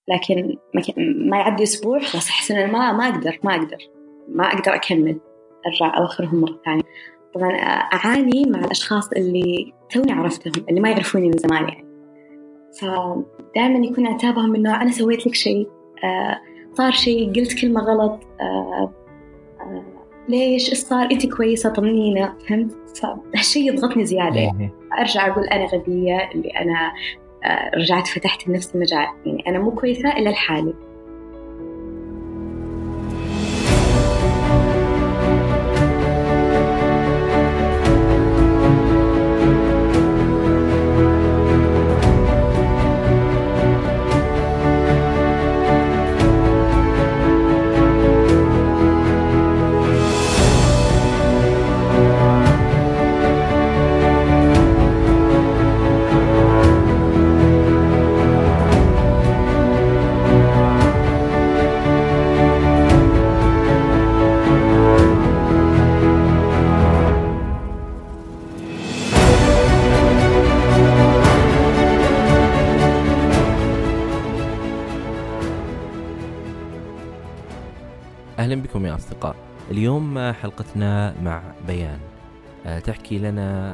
لكن ما يعدي أسبوع خلاص أحس إن أنا ما أقدر أكمل، أرجع أوخرهم مرة ثانية. طبعا أعاني مع الأشخاص اللي توني عرفتهم، اللي ما يعرفوني من زمان يعني. فدائما يكون عتابهم إنه أنا سويت لك شيء، صار شيء، قلت كلمة غلط، ليش، إيش صار، أنت كويسة، طمنينا، فهمت؟ فهالشيء يضغطني زيادة. أرجع أقول أنا غبية، اللي أنا رجعت فتحت لنفسي المجال، يعني أنا مو كويسة إلا لحالي. أهلا بكم يا أصدقاء. اليوم حلقتنا مع بيان تحكي لنا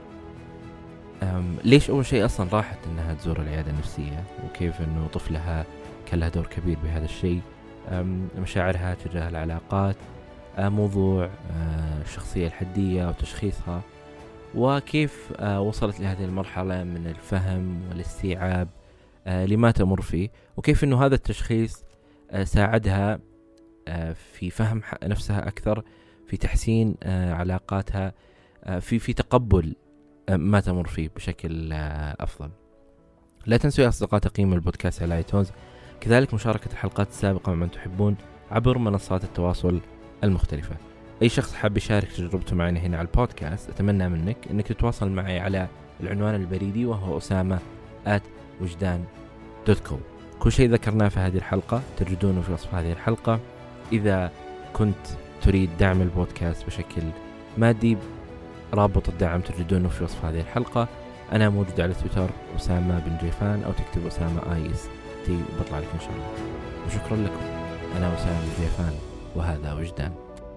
ليش أول شيء أصلا راحت أنها تزور العيادة النفسية، وكيف أنه طفلها كان لها دور كبير بهذا الشيء، مشاعرها تجاه العلاقات، موضوع الشخصية الحدية وتشخيصها، وكيف وصلت لهذه المرحلة من الفهم والاستيعاب لما تمر فيه، وكيف أنه هذا التشخيص ساعدها في فهم نفسها أكثر، في تحسين علاقاتها، في تقبل ما تمر فيه بشكل أفضل. لا تنسوا يا أصدقاء تقييم البودكاست على آيتونز، كذلك مشاركة الحلقات السابقة مع من تحبون عبر منصات التواصل المختلفة. أي شخص حاب يشارك تجربته معنا هنا على البودكاست، أتمنى منك أنك تتواصل معي على العنوان البريدي وهو osama@wujdan.com. كل شيء ذكرناه في هذه الحلقة تجدونه في وصف هذه الحلقة. إذا كنت تريد دعم البودكاست بشكل مادي، رابط الدعم تجدونه في وصف هذه الحلقة. أنا موجود على تويتر أسامة بن جيفان، أو تكتب أسامة IST وبطلع لك إن شاء الله. وشكرا لكم. أنا أسامة بن جيفان وهذا وجدان.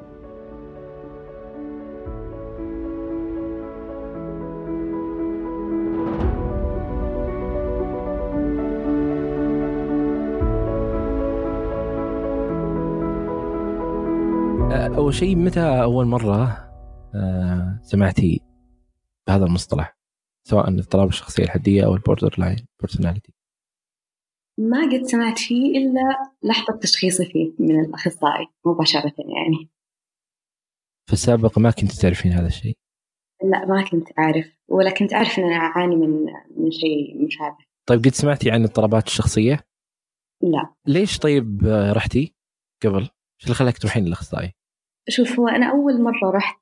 أول شيء، متى أول مرة سمعتي بهذا المصطلح، سواء اضطراب الشخصية الحدية أو البوردر لاين بيرسوناليتي؟ ما قد سمعت فيه إلا لحظة تشخيصي فيه من الأخصائي مباشرة يعني. في السابق ما كنت تعرفين هذا الشيء؟ لا، ما كنت أعرف، ولا كنت أعرف أن أنا أعاني من شيء مشابه. طيب، قد سمعتي عن اضطرابات الشخصية؟ لا. ليش طيب رحتي قبل؟ شو اللي خلاك تروحين للأخصائي؟ شوف، هو أنا أول مرة رحت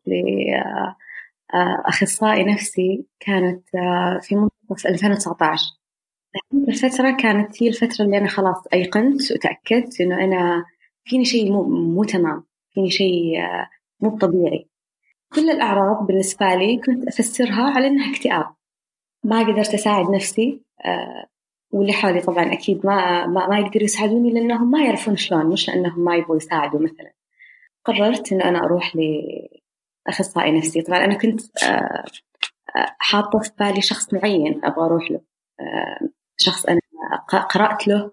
لأخصائي نفسي كانت في منتصف 2019. الفترة كانت هي الفترة اللي أنا خلاص أيقنت وتأكدت إنه أنا فيني شيء مو تمام، فيني شيء مو طبيعي. كل الأعراض بالنسبة لي كنت أفسرها على إنها اكتئاب، ما قدرت أساعد نفسي، واللي حولي طبعا أكيد ما يقدروا يساعدوني لأنهم ما يعرفون شلون، مش لأنهم ما يبغوا يساعدوا. مثلا قررت إنه أنا أروح لأخصائي نفسي. طبعا أنا كنت حاطة في بالي شخص معين أبغى أروح له، شخص أنا قرأت له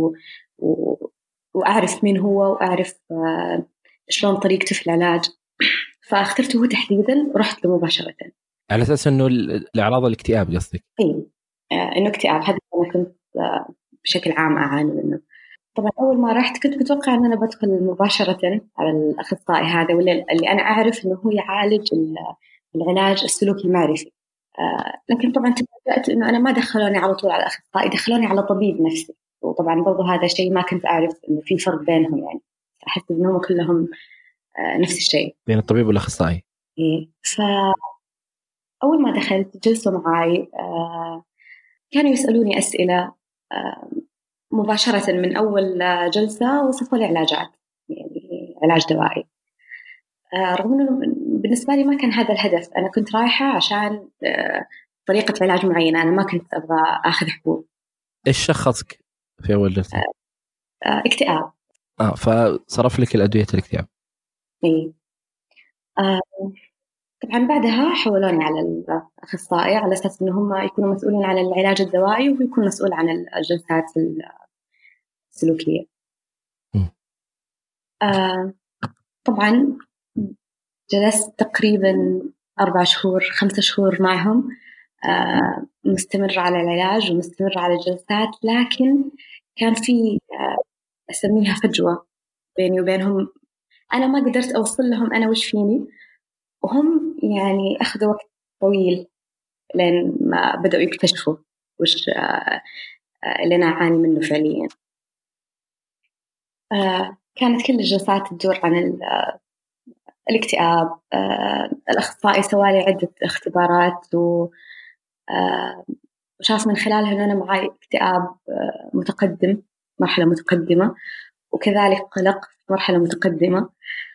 وأعرف مين هو، وأعرف شلون طريقته في العلاج، فاخترته هو تحديداً ورحت له مباشرة. على أساس إنه الأعراض الاكتئاب قصدك؟ إيه، إنه اكتئاب، هذا أنا كنت بشكل عام أعاني منه. طبعاً أول ما رحت كنت متوقع أن أنا بدخل مباشرة على الأخصائي هذا، اللي أنا أعرف إنه هو يعالج العلاج السلوكي المعرفي. لكن طبعاً تفاجأت إنه أنا ما دخلوني على طول على الأخصائي، دخلوني على طبيب نفسي. وطبعاً برضو هذا شيء ما كنت أعرف إنه في فرق بينهم، يعني أحس إنهم كلهم نفس الشيء بين الطبيب والأخصائي. إيه. فأول ما دخلت جلسوا معاي، كانوا يسألوني أسئلة مباشرة من أول جلسة، وصفوا لي علاجات، يعني علاج دوائي. رغم أنه بالنسبة لي ما كان هذا الهدف، أنا كنت رايحة عشان طريقة علاج معينة، أنا ما كنت أبغى أخذ حبوب. إيش شخصك في أول جلسة؟ اكتئاب. فصرف لك الأدوية الاكتئاب. إيه. طبعا بعدها حولوني على الأخصائي على أساس إن هم يكونوا مسؤولين عن العلاج الدوائي وهو يكون مسؤول عن الجلسات السلوكية. طبعا جلست تقريبا 4 شهور 5 شهور معهم، مستمر على العلاج ومستمر على الجلسات، لكن كان في أسميها فجوة بيني وبينهم. أنا ما قدرت أوصل لهم أنا وش فيني، وهم يعني أخذوا وقت طويل لين ما بدأوا يكتشفوا وش اللي أنا أعاني منه فعليا. كانت كل الجلسات تدور عن الاكتئاب. الأخصائي سوالي عدة اختبارات وشاف من خلالها أن أنا معي اكتئاب متقدم، مرحلة متقدمة، وكذلك قلق مرحلة متقدمة.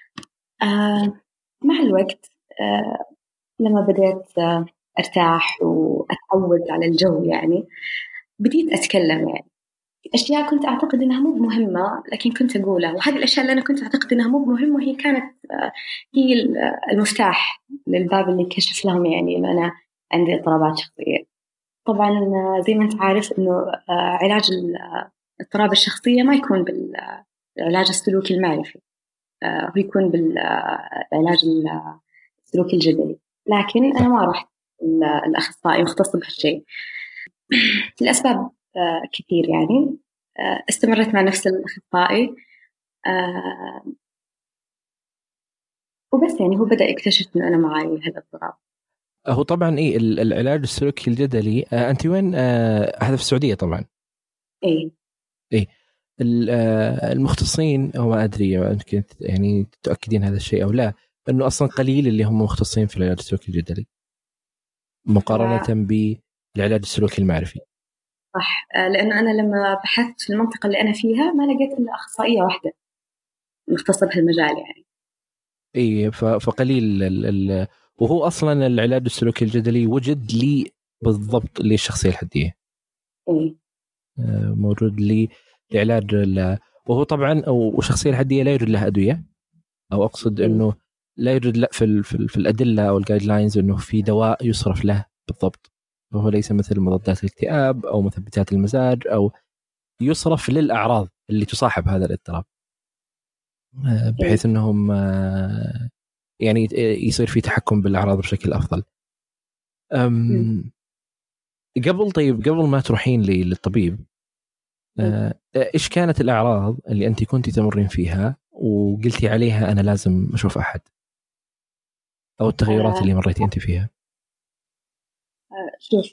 مع الوقت لما بدأت أرتاح وأتعود على الجو، يعني بديت أتكلم. يعني أشياء كنت أعتقد أنها مو مهمة لكن كنت أقولها، وهذه الأشياء اللي أنا كنت أعتقد أنها مو مهمة هي كانت هي المفتاح للباب اللي كشف لهم يعني أنه أنا عندي اضطرابات شخصية. طبعا زي ما أنت عارف أنه علاج اضطراب الشخصية ما يكون بالعلاج السلوكي المعرفي، هو يكون بالعلاج السلوكي الجدلي، لكن أنا ما رحت الأخصائي مختص بهالشيء لأسباب كثير. يعني استمرت مع نفس الأخصائي وبس، يعني هو بدأ يكتشف إنه أنا معي هذا الاضطراب. هو طبعا إيه العلاج السلوكي الجدلي، أنت وين؟ هذا في السعودية طبعا. إيه المختصين، أو ما أدري يمكن يعني تؤكدين هذا الشيء أو لا، أنه أصلا قليل اللي هم مختصين في العلاج السلوكي الجدلي مقارنة بالعلاج السلوكي المعرفي. صح، لأنه أنا لما بحثت في المنطقة اللي أنا فيها ما لقيت إلا أخصائية واحدة مختصة بهالمجال يعني. إيه فقليل وهو أصلا العلاج السلوكي الجدلي وجد لي بالضبط للشخصية الحدية. إيه. موجود لي لعلاج وهو طبعا أو الشخصية الحدية لا يوجد لها أدوية، أو أقصد أنه لا يوجد لا في الأدلة أو الجايد لاينز أنه في دواء يصرف له بالضبط، وهو ليس مثل مضادات الاكتئاب أو مثبتات المزاج أو يصرف للأعراض اللي تصاحب هذا الاضطراب، بحيث أنهم يعني يصير في تحكم بالأعراض بشكل أفضل. قبل ما تروحين للطبيب، إيش كانت الأعراض اللي أنت كنتي تمرين فيها وقلتي عليها أنا لازم أشوف أحد، أو التغيرات اللي مريتي أنت فيها؟ شوف،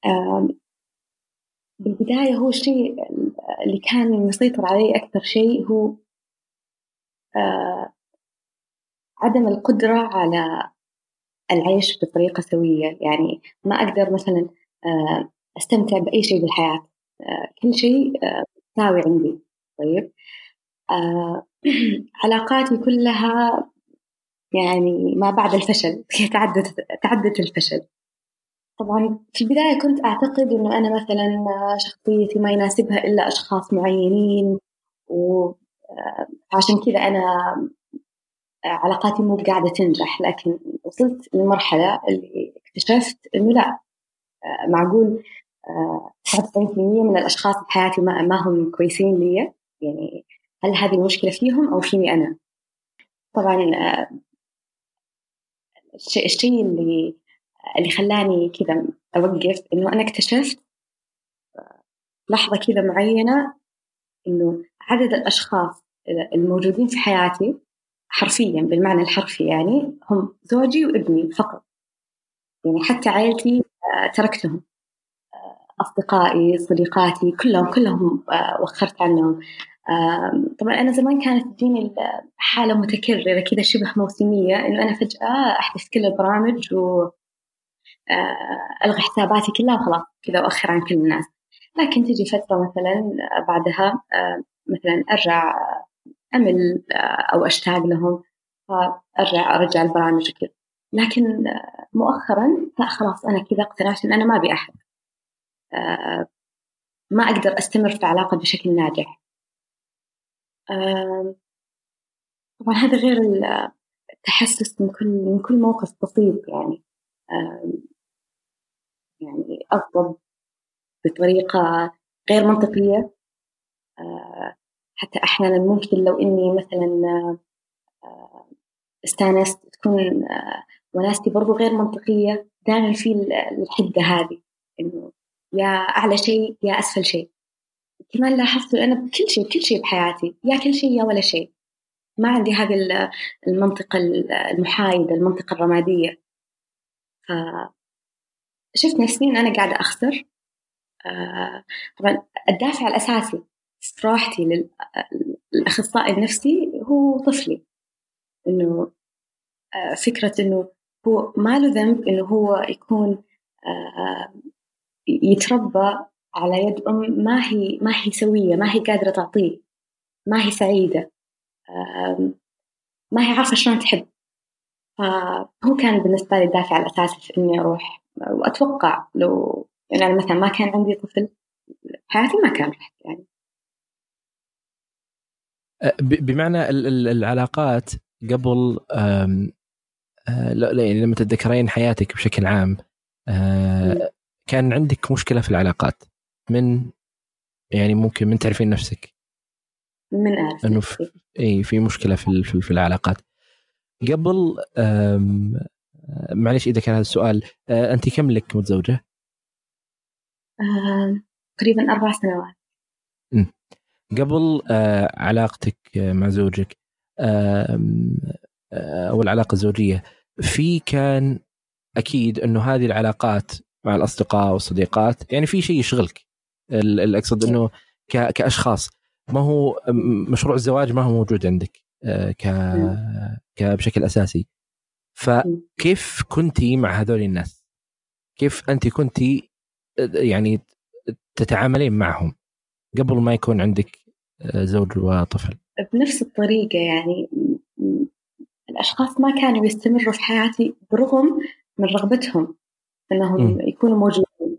بالبداية هو الشيء اللي كان مسيطر علي أكثر شيء هو عدم القدرة على العيش بطريقة سوية. يعني ما أقدر مثلا أستمتع بأي شيء بالحياة، كل شيء ساوي عندي. طيب، علاقاتي كلها يعني ما بعد الفشل تعدت الفشل. طبعا في البداية كنت أعتقد أنه أنا مثلا شخصيتي ما يناسبها إلا أشخاص معينين، وعشان كذا أنا علاقاتي مو قاعدة تنجح. لكن وصلت للمرحلة اللي اكتشفت أنه لا، معقول 99% من الأشخاص بحياتي ما هم كويسين لي. يعني هل هذه المشكلة فيهم أو فيني أنا؟ طبعا الشيء اللي خلاني كذا أوقف إنه أنا اكتشفت لحظة كذا معينة إنه عدد الأشخاص الموجودين في حياتي حرفيا بالمعنى الحرفي يعني هم زوجي وابني فقط. يعني حتى عائلتي تركتهم، أصدقائي صديقاتي كلهم وخرت عنهم. طبعا أنا زمان كانت تجيني حالة متكررة كذا شبه موسمية، إنه أنا فجأة أحذف كل البرامج وألغي حساباتي كلها وخلاص كذا وأخر عن كل الناس. لكن تجي فترة مثلا بعدها مثلا أرجع أمل أو أشتاق لهم فأرجع البرامج وكذا. لكن مؤخرا لا، خلاص أنا كذا اقتنعت إن أنا ما أبي أحد. ما أقدر أستمر في علاقة بشكل ناجح. طبعا هذا غير التحسس من كل موقف بسيط، يعني يعني أغضب بطريقة غير منطقية. حتى أحيانا ممكن لو إني مثلا استانست تكون وناستي برضو غير منطقية. دائما في الحدة هذه، إنه يا أعلى شيء يا أسفل شيء. كمان لاحظت أنا بكل شيء بحياتي، يا كل شيء يا ولا شيء. ما عندي هذه المنطقة المحايدة، المنطقة الرمادية. فشفت نفسي أنا قاعدة أخسر. طبعا الدافع الأساسي استراحتي للأخصائي النفسي هو طفلي، إنه فكرة إنه هو ما له ذنب إنه هو يكون يتربى على يد أم ما هي سوية، ما هي قادرة تعطيه، ما هي سعيدة، ما هي عارفة شلون تحب. فهو كان بالنسبة لي الدافع الأساسي في إني أروح. وأتوقع لو يعني مثلا ما كان عندي طفل حياتي ما كان رحت يعني. بمعنى العلاقات قبل لا يعني لما تتذكرين حياتك بشكل عام كان عندك مشكلة في العلاقات من يعني ممكن من تعرفين نفسك من أعرف إنه في مشكلة في العلاقات قبل. معلش إذا كان هذا السؤال، أنت كم لك متزوجة؟ تقريبا 4 سنوات. قبل علاقتك مع زوجك أو العلاقة الزوجية، كان أكيد أنه هذه العلاقات مع الأصدقاء والصديقات يعني في شيء يشغلك. الأقصد أنه كأشخاص، ما هو مشروع الزواج ما هو موجود عندك بشكل أساسي. فكيف كنتي مع هذول الناس؟ كيف أنت كنتي يعني تتعاملين معهم قبل ما يكون عندك زوج وطفل؟ بنفس الطريقة، يعني الأشخاص ما كانوا يستمروا في حياتي برغم من رغبتهم أنهم يكونوا موجودين.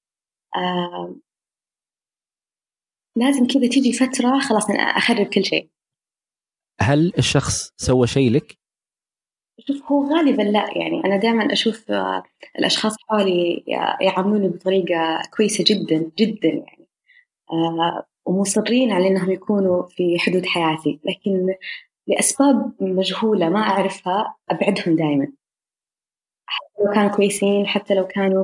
لازم كذا تيجي فترة خلاص أنا أخرب كل شيء. هل الشخص سوى شيء لك؟ شوف، هو غالبا لا. يعني أنا دائما أشوف الأشخاص حولي يعاملوني بطريقة كويسة جدا جدا، يعني ومصرين على أنهم يكونوا في حدود حياتي، لكن لأسباب مجهولة ما أعرفها أبعدهم دائما. حتى لو كانوا كويسين، حتى لو كانوا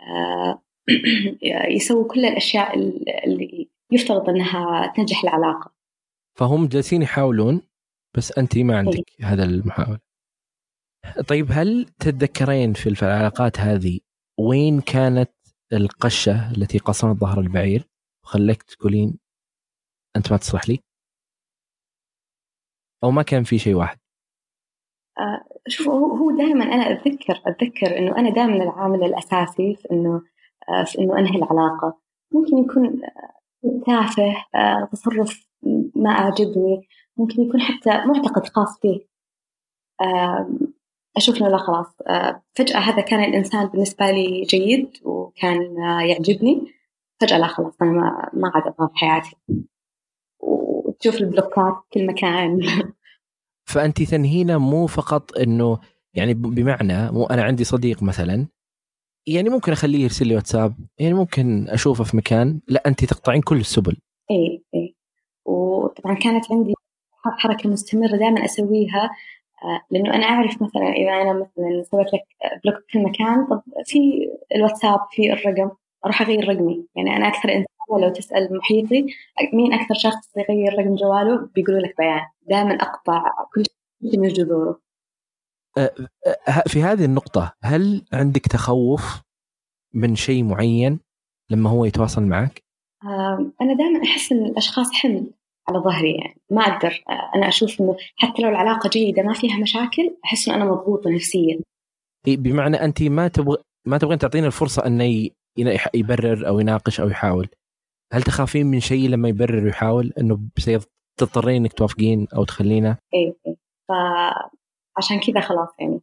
يسووا كل الأشياء اللي يفترض أنها تنجح العلاقة. فهم جالسين يحاولون بس أنت ما عندك هذا المحاولة. طيب هل تتذكرين في العلاقات هذه وين كانت القشة التي قصمت ظهر البعير وخلك تقولين أنت ما تصلح لي، أو ما كان في شيء واحد؟ شوف، هو دائما أنا أتذكر إنه أنا دائما العامل الأساسي في إنه أنهي العلاقة. ممكن يكون تافه، تصرف ما أعجبني، ممكن يكون حتى معتقد خاص فيه. أشوف إنه لا خلاص، فجأة هذا كان الإنسان بالنسبة لي جيد وكان يعجبني، فجأة لا خلاص أنا ما عاد أبغى في حياتي، وتشوف البلوكات كل مكان. فأنت تنهينا مو فقط إنه يعني بمعنى مو أنا عندي صديق مثلا يعني ممكن أخليه يرسل لي واتساب، يعني ممكن أشوفه في مكان، لا أنت تقطعين كل السبل. إيه. وطبعا كانت عندي حركة مستمرة دائما أسويها، لأنه أنا أعرف مثلا إذا أنا مثلا سويت لك بلوك في مكان، طب في الواتساب في الرقم أروح أغير رقمي. يعني أنا أكثر إنسان لو تسأل محيطي مين أكثر شخص يغير رقم جواله بيقولوا لك بيان. دائما أقطع كل شيء من جذوره. في هذه النقطة هل عندك تخوف من شيء معين لما هو يتواصل معك؟ أنا دائما أحس إن الأشخاص حمل على ظهري، يعني ما أقدر. أنا أشوف إنه حتى لو العلاقة جيدة ما فيها مشاكل أحس إنه أنا مضغوطة نفسيا. بمعنى أنت ما تبغين تعطيني الفرصة أن يبرر أو يناقش أو يحاول. هل تخافين من شيء لما يبرر ويحاول إنه تضطرين إنك توافقين أو تخلينا؟ إيه. فعشان كذا خلاص يعني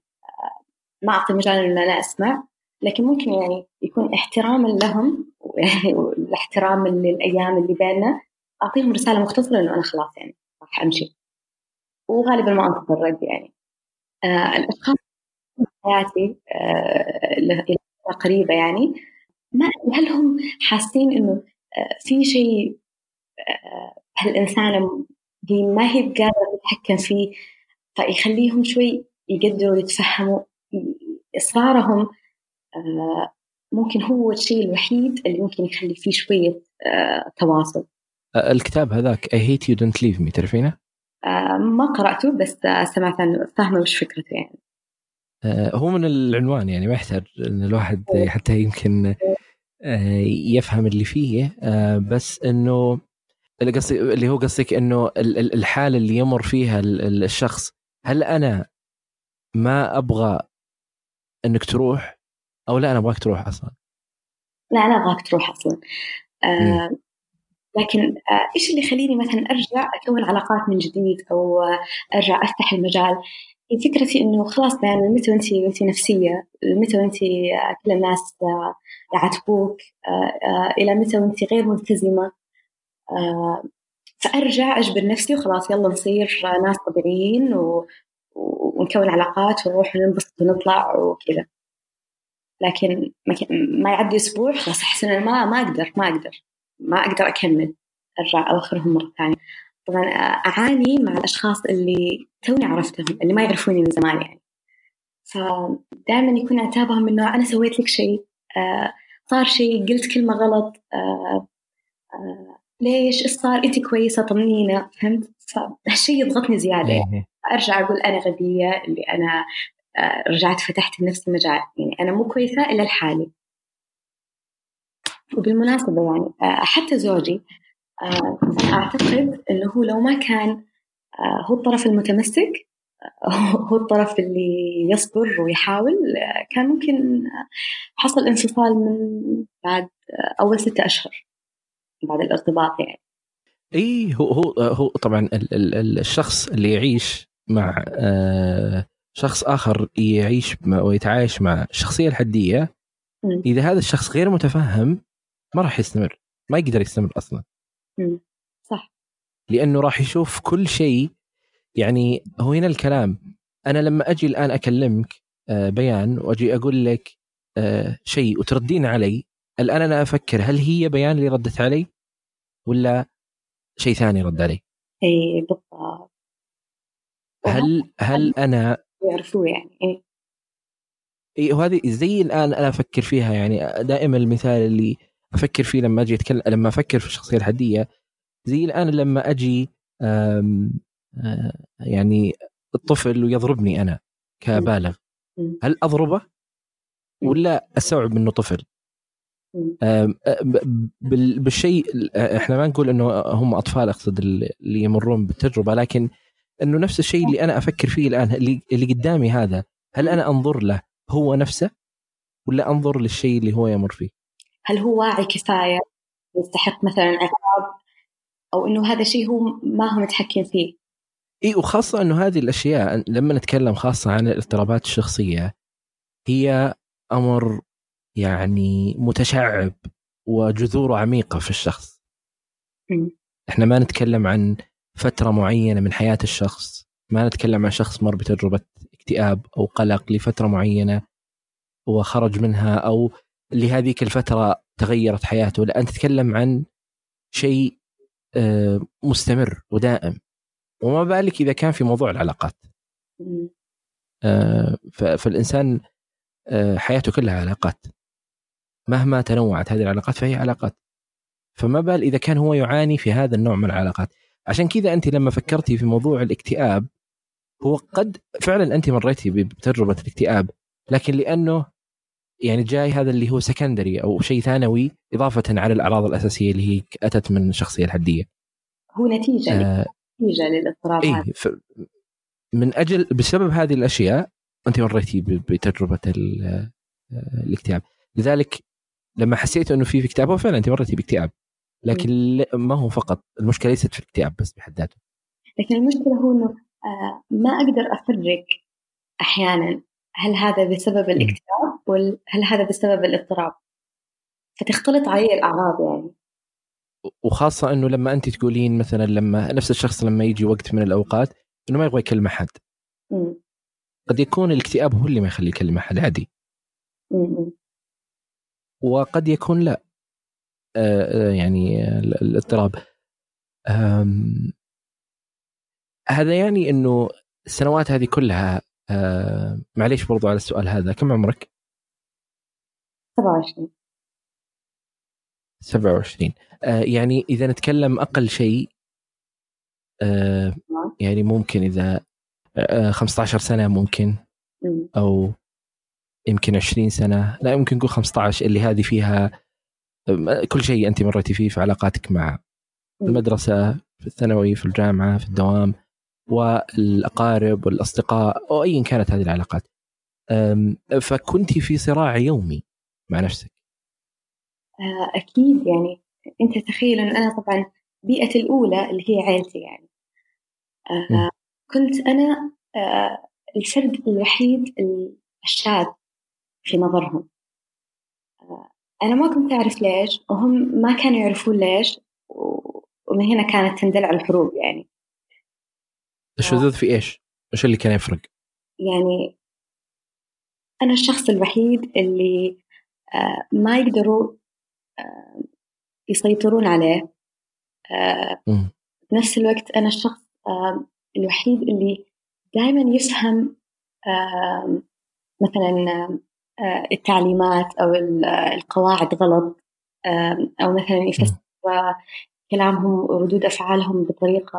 ما أعطي مجال إن أنا أسمع، لكن ممكن يعني يكون احتراما لهم يعني والاحترام للأيام اللي بيننا، أعطيهم رسالة مختصرة إنه أنا خلاص يعني راح أمشي، وغالبا ما أنتظر رد يعني. الأشخاص في حياتي إلى فترة قريبة يعني، ما هل هم حاسين إنه في شيء هالإنسانة هي ما هي قادرة تتحكم فيه، فيخليهم شوي يقدروا يتفهموا إصرارهم. ممكن هو الشيء الوحيد اللي ممكن يخلي فيه شوية تواصل. الكتاب هذاك I hate you don't leave me تعرفينه؟ ما قرأته بس سمعت عنه، فاهمة وش فكرته يعني. هو من العنوان يعني ما يحتاج ان الواحد حتى يمكن يفهم اللي فيه، بس انه اللي هو قصدك انه الحالة اللي يمر فيها الشخص، هل انا ما ابغى انك تروح او لا انا ابغاك تروح اصلا؟ لا أنا أبغاك تروح أصلا. لكن إيش اللي يخليني مثلا أرجع أكون علاقات من جديد أو أرجع أفتح المجال؟ هي فكرتي إنه خلاص يعني متى وأنتي نفسية، متى وأنتي كل الناس يعاتبوك، إلى متى وأنتي غير ملتزمة، فأرجع أجبر نفسي وخلاص يلا نصير ناس طبيعيين ونكون علاقات ونروح وننبسط ونطلع وكذا. لكن ما يعدي أسبوع خلاص أحس إن أنا ما أقدر أكمل، أرجع أوخرهم مرة ثانية. طبعا أعاني مع الأشخاص اللي توني عرفتهم اللي ما يعرفوني من زمان يعني، فدائما يكون عتابهم إنه أنا سويت لك شيء، صار شيء، قلت كلمة غلط، ليش، إيش صار، أنت كويسة طمنينا، فهمت؟ فهالشيء يضغطني زيادة يعني. أرجع أقول أنا غبية اللي أنا رجعت فتحت لنفسي مجال، يعني أنا مو كويسة إلا لحالي. وبالمناسبة يعني حتى زوجي أعتقد أنه هو لو ما كان هو الطرف المتمسك، هو الطرف اللي يصبر ويحاول، كان ممكن حصل انفصال من بعد أول 6 أشهر بعد الارتباط يعني. اي هو طبعا الشخص اللي يعيش مع شخص آخر يعيش ويتعايش مع الشخصية الحدية، إذا هذا الشخص غير متفهم ما راح يستمر، ما يقدر يستمر أصلا. صح. لأنه راح يشوف كل شيء. يعني هو هنا الكلام، أنا لما أجي الآن أكلمك بيان وأجي أقول لك شيء وتردين علي، الآن أنا أفكر هل هي بيان اللي ردت علي ولا شيء ثاني رد علي. اي بالضبط. هل انا يعرفوه يعني اي وهذه زي الان انا افكر فيها. يعني دائما المثال اللي افكر فيه لما اجي اتكلم، لما افكر في الشخصيه الحديه، زي الان لما اجي يعني الطفل ويضربني انا كبالغ، هل اضربه ولا استوعب انه طفل؟ بالشيء احنا ما نقول انه هم اطفال، اقصد اللي يمرون بالتجربه، لكن انه نفس الشيء اللي انا افكر فيه الان، اللي قدامي هذا، هل انا انظر له هو نفسه ولا انظر للشيء اللي هو يمر فيه؟ هل هو واعي كفايه يستحق مثلا عقاب، او انه هذا شيء هو ما هو متحكم فيه؟ اي وخاصه انه هذه الاشياء لما نتكلم خاصه عن الاضطرابات الشخصيه، هي امر يعني متشعب وجذوره عميقه في الشخص. احنا ما نتكلم عن فتره معينه من حياه الشخص، ما نتكلم عن شخص مر بتجربه اكتئاب او قلق لفتره معينه وخرج منها، او لهذيك الفتره تغيرت حياته. لا، انت تتكلم عن شيء مستمر ودائم، وما بالك إذا كان في موضوع العلاقات. فالإنسان حياته كلها علاقات، مهما تنوعت هذه العلاقات فهي علاقات، فما بال إذا كان هو يعاني في هذا النوع من العلاقات. عشان كذا أنت لما فكرتي في موضوع الاكتئاب، هو قد فعلا أنت مريتي بتجربة الاكتئاب، لكن لأنه يعني جاي هذا اللي هو سكندري أو شيء ثانوي إضافة على الأعراض الأساسية اللي هي أتت من الشخصية الحدية، هو نتيجة للاضطراب هذا. من أجل بسبب هذه الأشياء أنت مريتي بتجربة الاكتئاب. لذلك لما حسيت أنه في اكتئاب، هو فعلا أنت مريتي باكتئاب، لكن ما هو فقط المشكلة ليست في الاكتئاب بس بحد ذاته. لكن المشكلة هو أنه ما أقدر أفرق أحيانا هل هذا بسبب الاكتئاب ولا هل هذا بسبب الاضطراب، فتختلط علي الأعراض يعني. وخاصة أنه لما أنت تقولين مثلا لما نفس الشخص لما يجي وقت من الأوقات أنه ما يبغى يكلم أحد، قد يكون الاكتئاب هو اللي ما يخلي يكلم أحد عادي، وقد يكون لا يعني الاضطراب. هذا يعني أنه السنوات هذه كلها معليش برضو على السؤال هذا، كم عمرك؟ 27. 27. يعني إذا نتكلم أقل شيء يعني ممكن إذا 15 سنة ممكن، أو يمكن 20 سنة، لا يمكن نقول 15 اللي هذه فيها كل شيء أنت مريتي فيه في علاقاتك مع المدرسة، في الثانوي، في الجامعة، في الدوام، والأقارب والأصدقاء أو أيا كانت هذه العلاقات. فكنتي في صراع يومي مع نفسك. أكيد يعني أنت تخيل أن أنا طبعا بيئتي الأولى اللي هي عائلتي يعني كنت أنا الفرد الوحيد الشاذ في نظرهم. أنا ما كنت أعرف ليش وهم ما كانوا يعرفون ليش، ومن هنا كانت تندلع الحروب يعني. الشذوذ في إيش؟ إيش اللي كان يفرق؟ يعني أنا الشخص الوحيد اللي ما يقدروا يسيطرون عليه. بنفس الوقت أنا الشخص الوحيد اللي دائما يفهم مثلا التعليمات أو القواعد غلط، أو مثلا يفسر كلامهم وردود أفعالهم بطريقة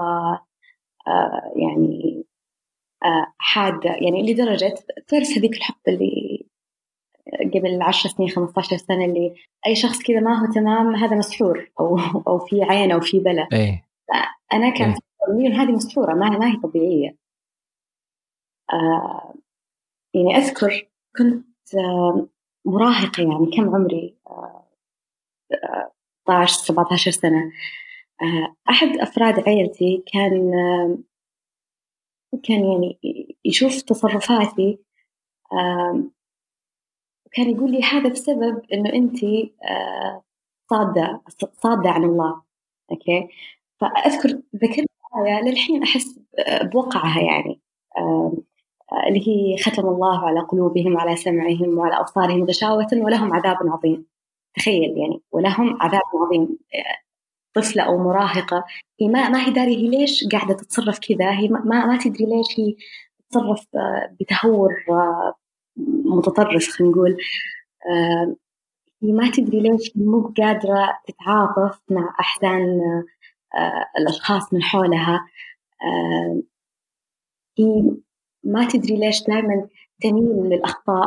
يعني حادة، يعني لدرجة تعرف هذيك الحقبة اللي قبل 10 سنين 15 سنة اللي أي شخص كذا ما هو تمام هذا مسحور أو في عين أو في بلا. أنا كانت هذه مسحورة، ما هي طبيعية. يعني أذكر كنت مراهقة، يعني كم عمري 16 17 سنة. أحد أفراد عائلتي كان يعني يشوف تصرفاتي، وكان يقول لي هذا بسبب إنه أنت صادة عن الله. أوكي، فأذكر ذكرت آية للحين أحس بوقعها يعني، اللي هي ختم الله على قلوبهم وعلى سمعهم وعلى أبصارهم غشاوة ولهم عذاب عظيم. تخيل يعني ولهم عذاب عظيم. طفلة أو مراهقة هي ما هي داري هي ليش قاعدة تتصرف كذا، هي ما تدري ليش هي تتصرف بتهور متطرف، خلينا نقول. هي ما تدري ليش مو قادرة تتعاطف مع أحزان الأشخاص من حولها. هي ما تدري ليش دائما تميل للأخطاء،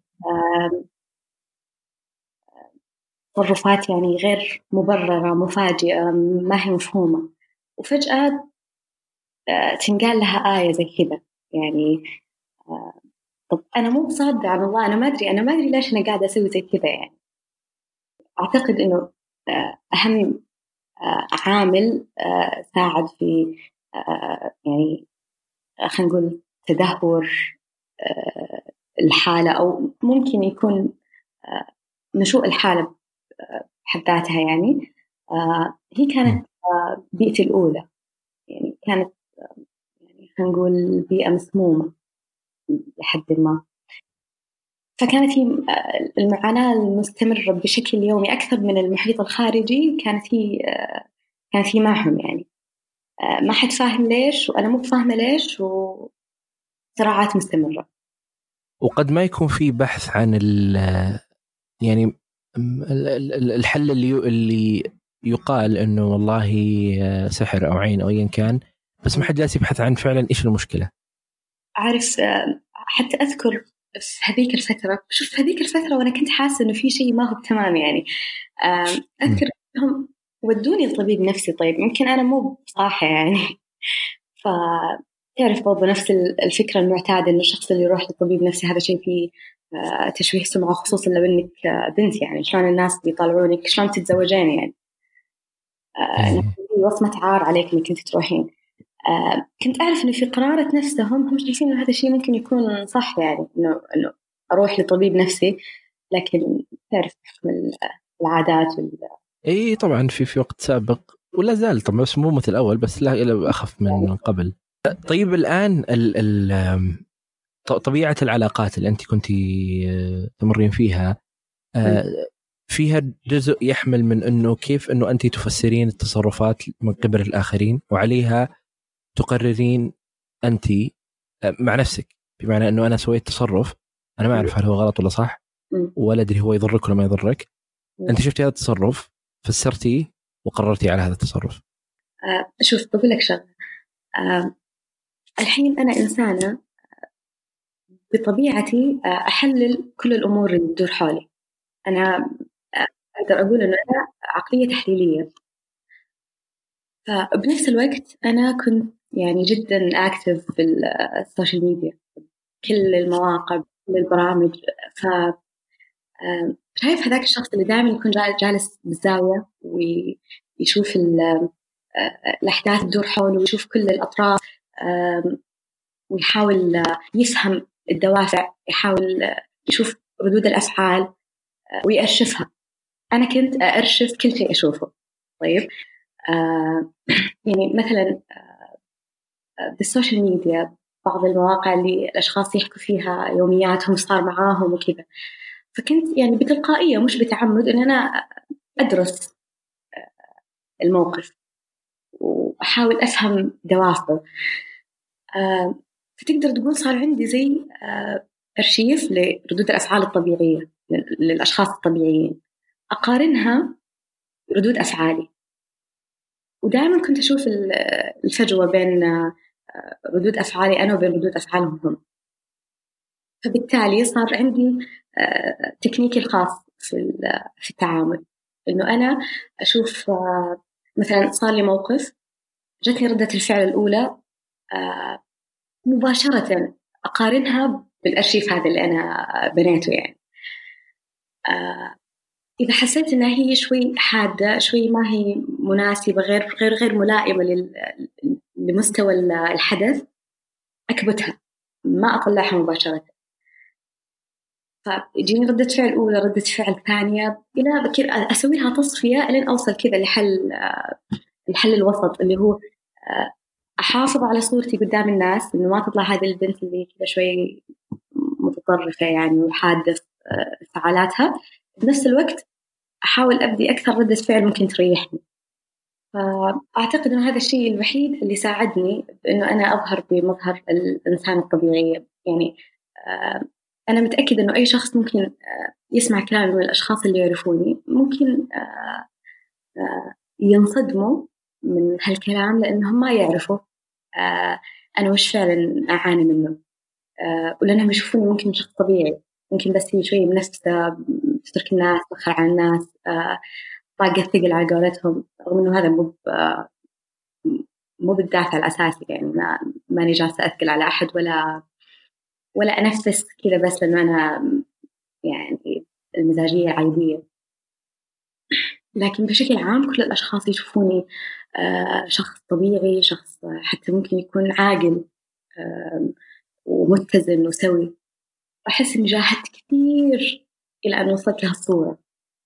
تصرفات يعني غير مبررة مفاجئة ما هي مفهومة، وفجأة تنقال لها آية زي كذا يعني. طب أنا مو صادة عن الله، أنا ما أدري ليش أنا قاعدة أسوي زي كذا يعني. أعتقد إنه أهم عامل ساعد في يعني خلينا نقول تدهور الحالة، أو ممكن يكون نشوء الحالة بحد ذاتها يعني. هي كانت بيئتي الأولى، يعني كانت يعني خلينا نقول بيئة مسمومة لحد ما، فكانت هي المعاناة المستمرة بشكل يومي أكثر من المحيط الخارجي. كانت هي معهم يعني. ما حد فاهم ليش وأنا مو فاهمة ليش، وصراعات مستمرة. وقد ما يكون في بحث عن يعني الحل اللي يقال إنه والله سحر أو عين أو أيا كان، بس ما حد جالس يبحث عن فعلا إيش المشكلة. أعرف حتى أذكر في هذيك الفترة وأنا كنت حاسة إنه في شيء ما هو تمام يعني. أذكر إنهم ودوني لطبيب نفسي. طيب يمكن أنا مو بصاحة يعني. فتعرف برضو نفس الفكرة المعتادة إنه الشخص اللي يروح لطبيب نفسي هذا شيء فيه تشويه سمعة، خصوصا لو إنك بنت يعني. شلون الناس بيطالعونك، شلون تتزوجين يعني. وصمة عار عليك إنك كنت تروحين. كنت أعرف إنه في قرارة نفسهم هم شايفين إنه هذا الشيء ممكن يكون صح يعني، إنه أروح لطبيب نفسي، لكن تعرف بحكم العادات اي طبعا في وقت سابق ولا زال طبعا، بس مو مثل الاول، بس لا الى اخف من قبل. طيب الان طبيعه العلاقات اللي انت كنتي تمرين فيها، فيها جزء يحمل من انه كيف انه انت تفسرين التصرفات من قبل الاخرين، وعليها تقررين انت مع نفسك، بمعنى انه انا سويت تصرف انا ما اعرف هل هو غلط ولا صح، ولا ادري هو يضرك ولا ما يضرك. انت شفتي هذا التصرف، فسرتيه وقررتي على هذا التصرف. شوف بقول لك شغله. الحين انا انسانه بطبيعتي احلل كل الامور اللي تدور حولي. انا اقدر اقول انه انا عقليه تحليليه، فبنفس الوقت انا كنت يعني جدا اكتف في السوشيال ميديا، كل المواقع كل البرامج. ف شايف هذاك الشخص اللي دائما يكون جالس بالزاويه ويشوف الأحداث تدور حوله ويشوف كل الأطراف، ويحاول يفهم الدوافع، يحاول يشوف ردود الأفعال ويأرشفها. أنا كنت أرشف كل شيء أشوفه. طيب يعني مثلا بالسوشيال ميديا بعض المواقع اللي الأشخاص يحكوا فيها يومياتهم صار معاهم وكذا، فكنت يعني بتلقائية مش بتعمد أن أنا أدرس الموقف وأحاول أفهم دوافعه. فتقدر تقول صار عندي زي أرشيف لردود الأفعال الطبيعية للأشخاص الطبيعيين، أقارنها بردود أفعالي، ودائما كنت أشوف الفجوة بين ردود أفعالي أنا وبين ردود أفعالهم هم. فبالتالي صار عندي تكنيكي الخاص في التعامل، إنه أنا أشوف مثلا صار لي موقف جتني ردة الفعل الأولى مباشرة أقارنها بالأرشيف هذا اللي أنا بنيته. يعني إذا حسيت إنها هي شوي حادة، شوي ما هي مناسبة، غير ملائمة لمستوى الحدث، أكبتها ما أطلعها مباشرة. فيجيني ردة فعل أولى، ردة فعل ثانية، إلى كذا أسوي لها تصفية لين أوصل كذا الحل الوسط، اللي هو أحافظ على صورتي قدام الناس، إنه ما تطلع هذه البنت اللي كذا شوي متطرفة يعني وحادة في فعالاتها. بنفس الوقت أحاول أبدي أكثر ردة فعل ممكن تريحني. فأعتقد إنه هذا الشيء الوحيد اللي ساعدني بإنه أنا أظهر بمظهر الإنسان الطبيعي. يعني أنا متأكد إنه أي شخص ممكن يسمع كلامي من الأشخاص اللي يعرفوني ممكن ينصدموا من هالكلام، لأنهم ما يعرفوا أنا وش فعلا أعاني منه، ولأنهم يشوفوني ممكن شخص طبيعي، ممكن بس هي شوي منفسة، تترك الناس، تبخل على الناس، طاقة ثقل على قولتهم، رغم إنه هذا مو بالدافع الأساسي. يعني ماني جالسة أثقل على أحد ولا أنفس كذا بس لأنه أنا يعني المزاجية عادية. لكن بشكل عام كل الأشخاص يشوفوني شخص طبيعي، شخص حتى ممكن يكون عاقل ومتزن وسوي. أحس إني جاهدت كثير إلى أن وصلت لها الصورة.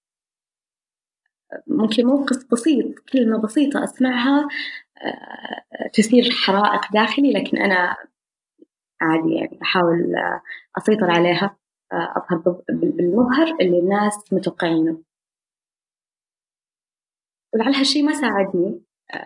ممكن موقف بسيط، كلمة بسيطة أسمعها تثير حرائق داخلي، لكن أنا عادي يعني أحاول أسيطر عليها، أظهر بالمظهر اللي الناس متوقعينه. ولعل هالشيء ما ساعدني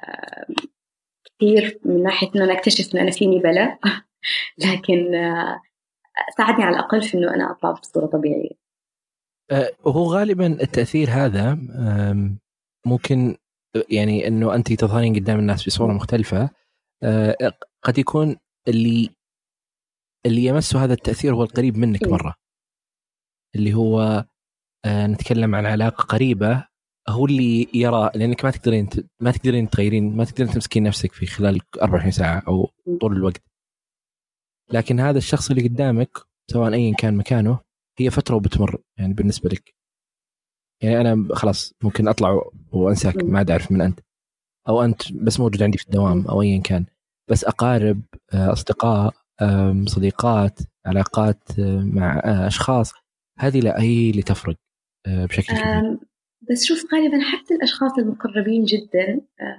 كثير من ناحية أنه أنا أكتشف أن أنا فيني بلا لكن ساعدني على الأقل في أنه أنا أطلع بصورة طبيعية. وهو غالبا التأثير هذا ممكن يعني أنه أنت تظهرين قدام الناس بصورة مختلفة، قد يكون اللي يمسه هذا التأثير هو القريب منك مرة، اللي هو نتكلم عن علاقة قريبة، هو اللي يرى، لأنك ما تقدرين تغيرين، ما تقدرين تمسكين نفسك في خلال 24 ساعة أو طول الوقت. لكن هذا الشخص اللي قدامك سواء أيا كان مكانه هي فترة وبتمر. يعني بالنسبة لك، يعني أنا خلاص ممكن أطلع وأنساك، ما أعرف من أنت، أو أنت بس موجود عندي في الدوام أو أيا كان، بس أقارب، أصدقاء، صديقات، علاقات مع أشخاص، هذه لا هي اللي تفرق بشكل كبير. بس شوف غالبا حتى الأشخاص المقربين جدا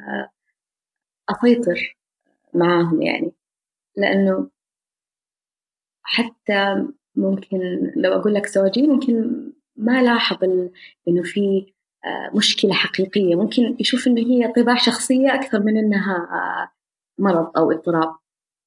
أسيطر معاهم يعني، لأنه حتى ممكن لو أقول لك زوجي ممكن ما لاحظ إنه في مشكلة حقيقية، ممكن يشوف إنه هي طباع شخصية أكثر من إنها مرض أو اضطراب.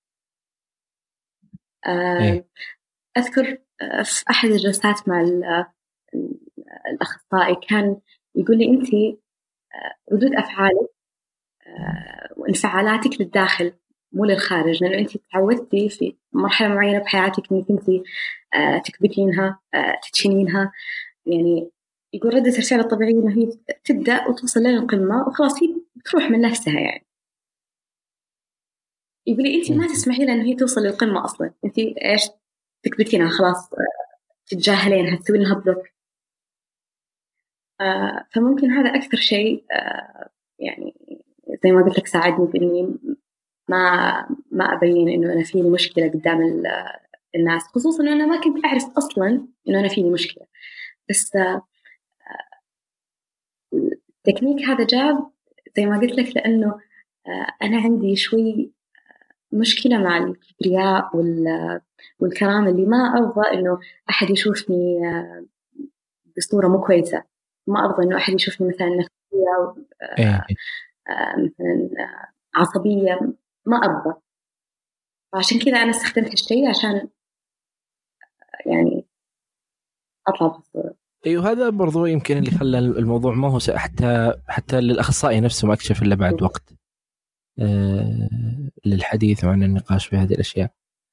إيه. أذكر في أحد الجلسات مع الأخصائي كان يقول لي أنت ردود أفعالك وانفعالاتك للداخل مو للخارج، لأنه أنت تعودتي في مرحلة معينة بحياتك إنك أنت تكبتينها تدشنينها، يعني يقول ردة الفعل الطبيعية إنه هي تبدأ وتوصل للقمة وخلاص هي بتروح من نفسها يعني. يقول لي أنت ما تسمحي لها إنه هي توصل للقمة أصلا، أنت إيش تكبتينها خلاص تتجاهلينها تسوي لها بلوك. فممكن هذا أكثر شيء يعني زي ما قلت لك ساعدني بإني ما أبين إنه أنا فيني مشكلة قدام الناس، خصوصاً إنه أنا ما كنت أعرف أصلاً إنه أنا فيني مشكلة. بس التكنيك هذا جاب زي ما قلت لك لأنه أنا عندي شوي مشكلة مع الكبرياء والكرامة، اللي ما أرضى إنه أحد يشوفني بصورة مو كويسة، ما أرضى إنه أحد يشوفني مثلاً نفسية مثلاً عصبية، ما أرضى. فعشان كذا أنا استخدمت الشيء عشان يعني أطلع بهالصورة. ايوه هذا برضو يمكن اللي خلى الموضوع ما هو حتى للاخصائي نفسه ما اكتشف الا بعد وقت للحديث عن النقاش في هذه الاشياء.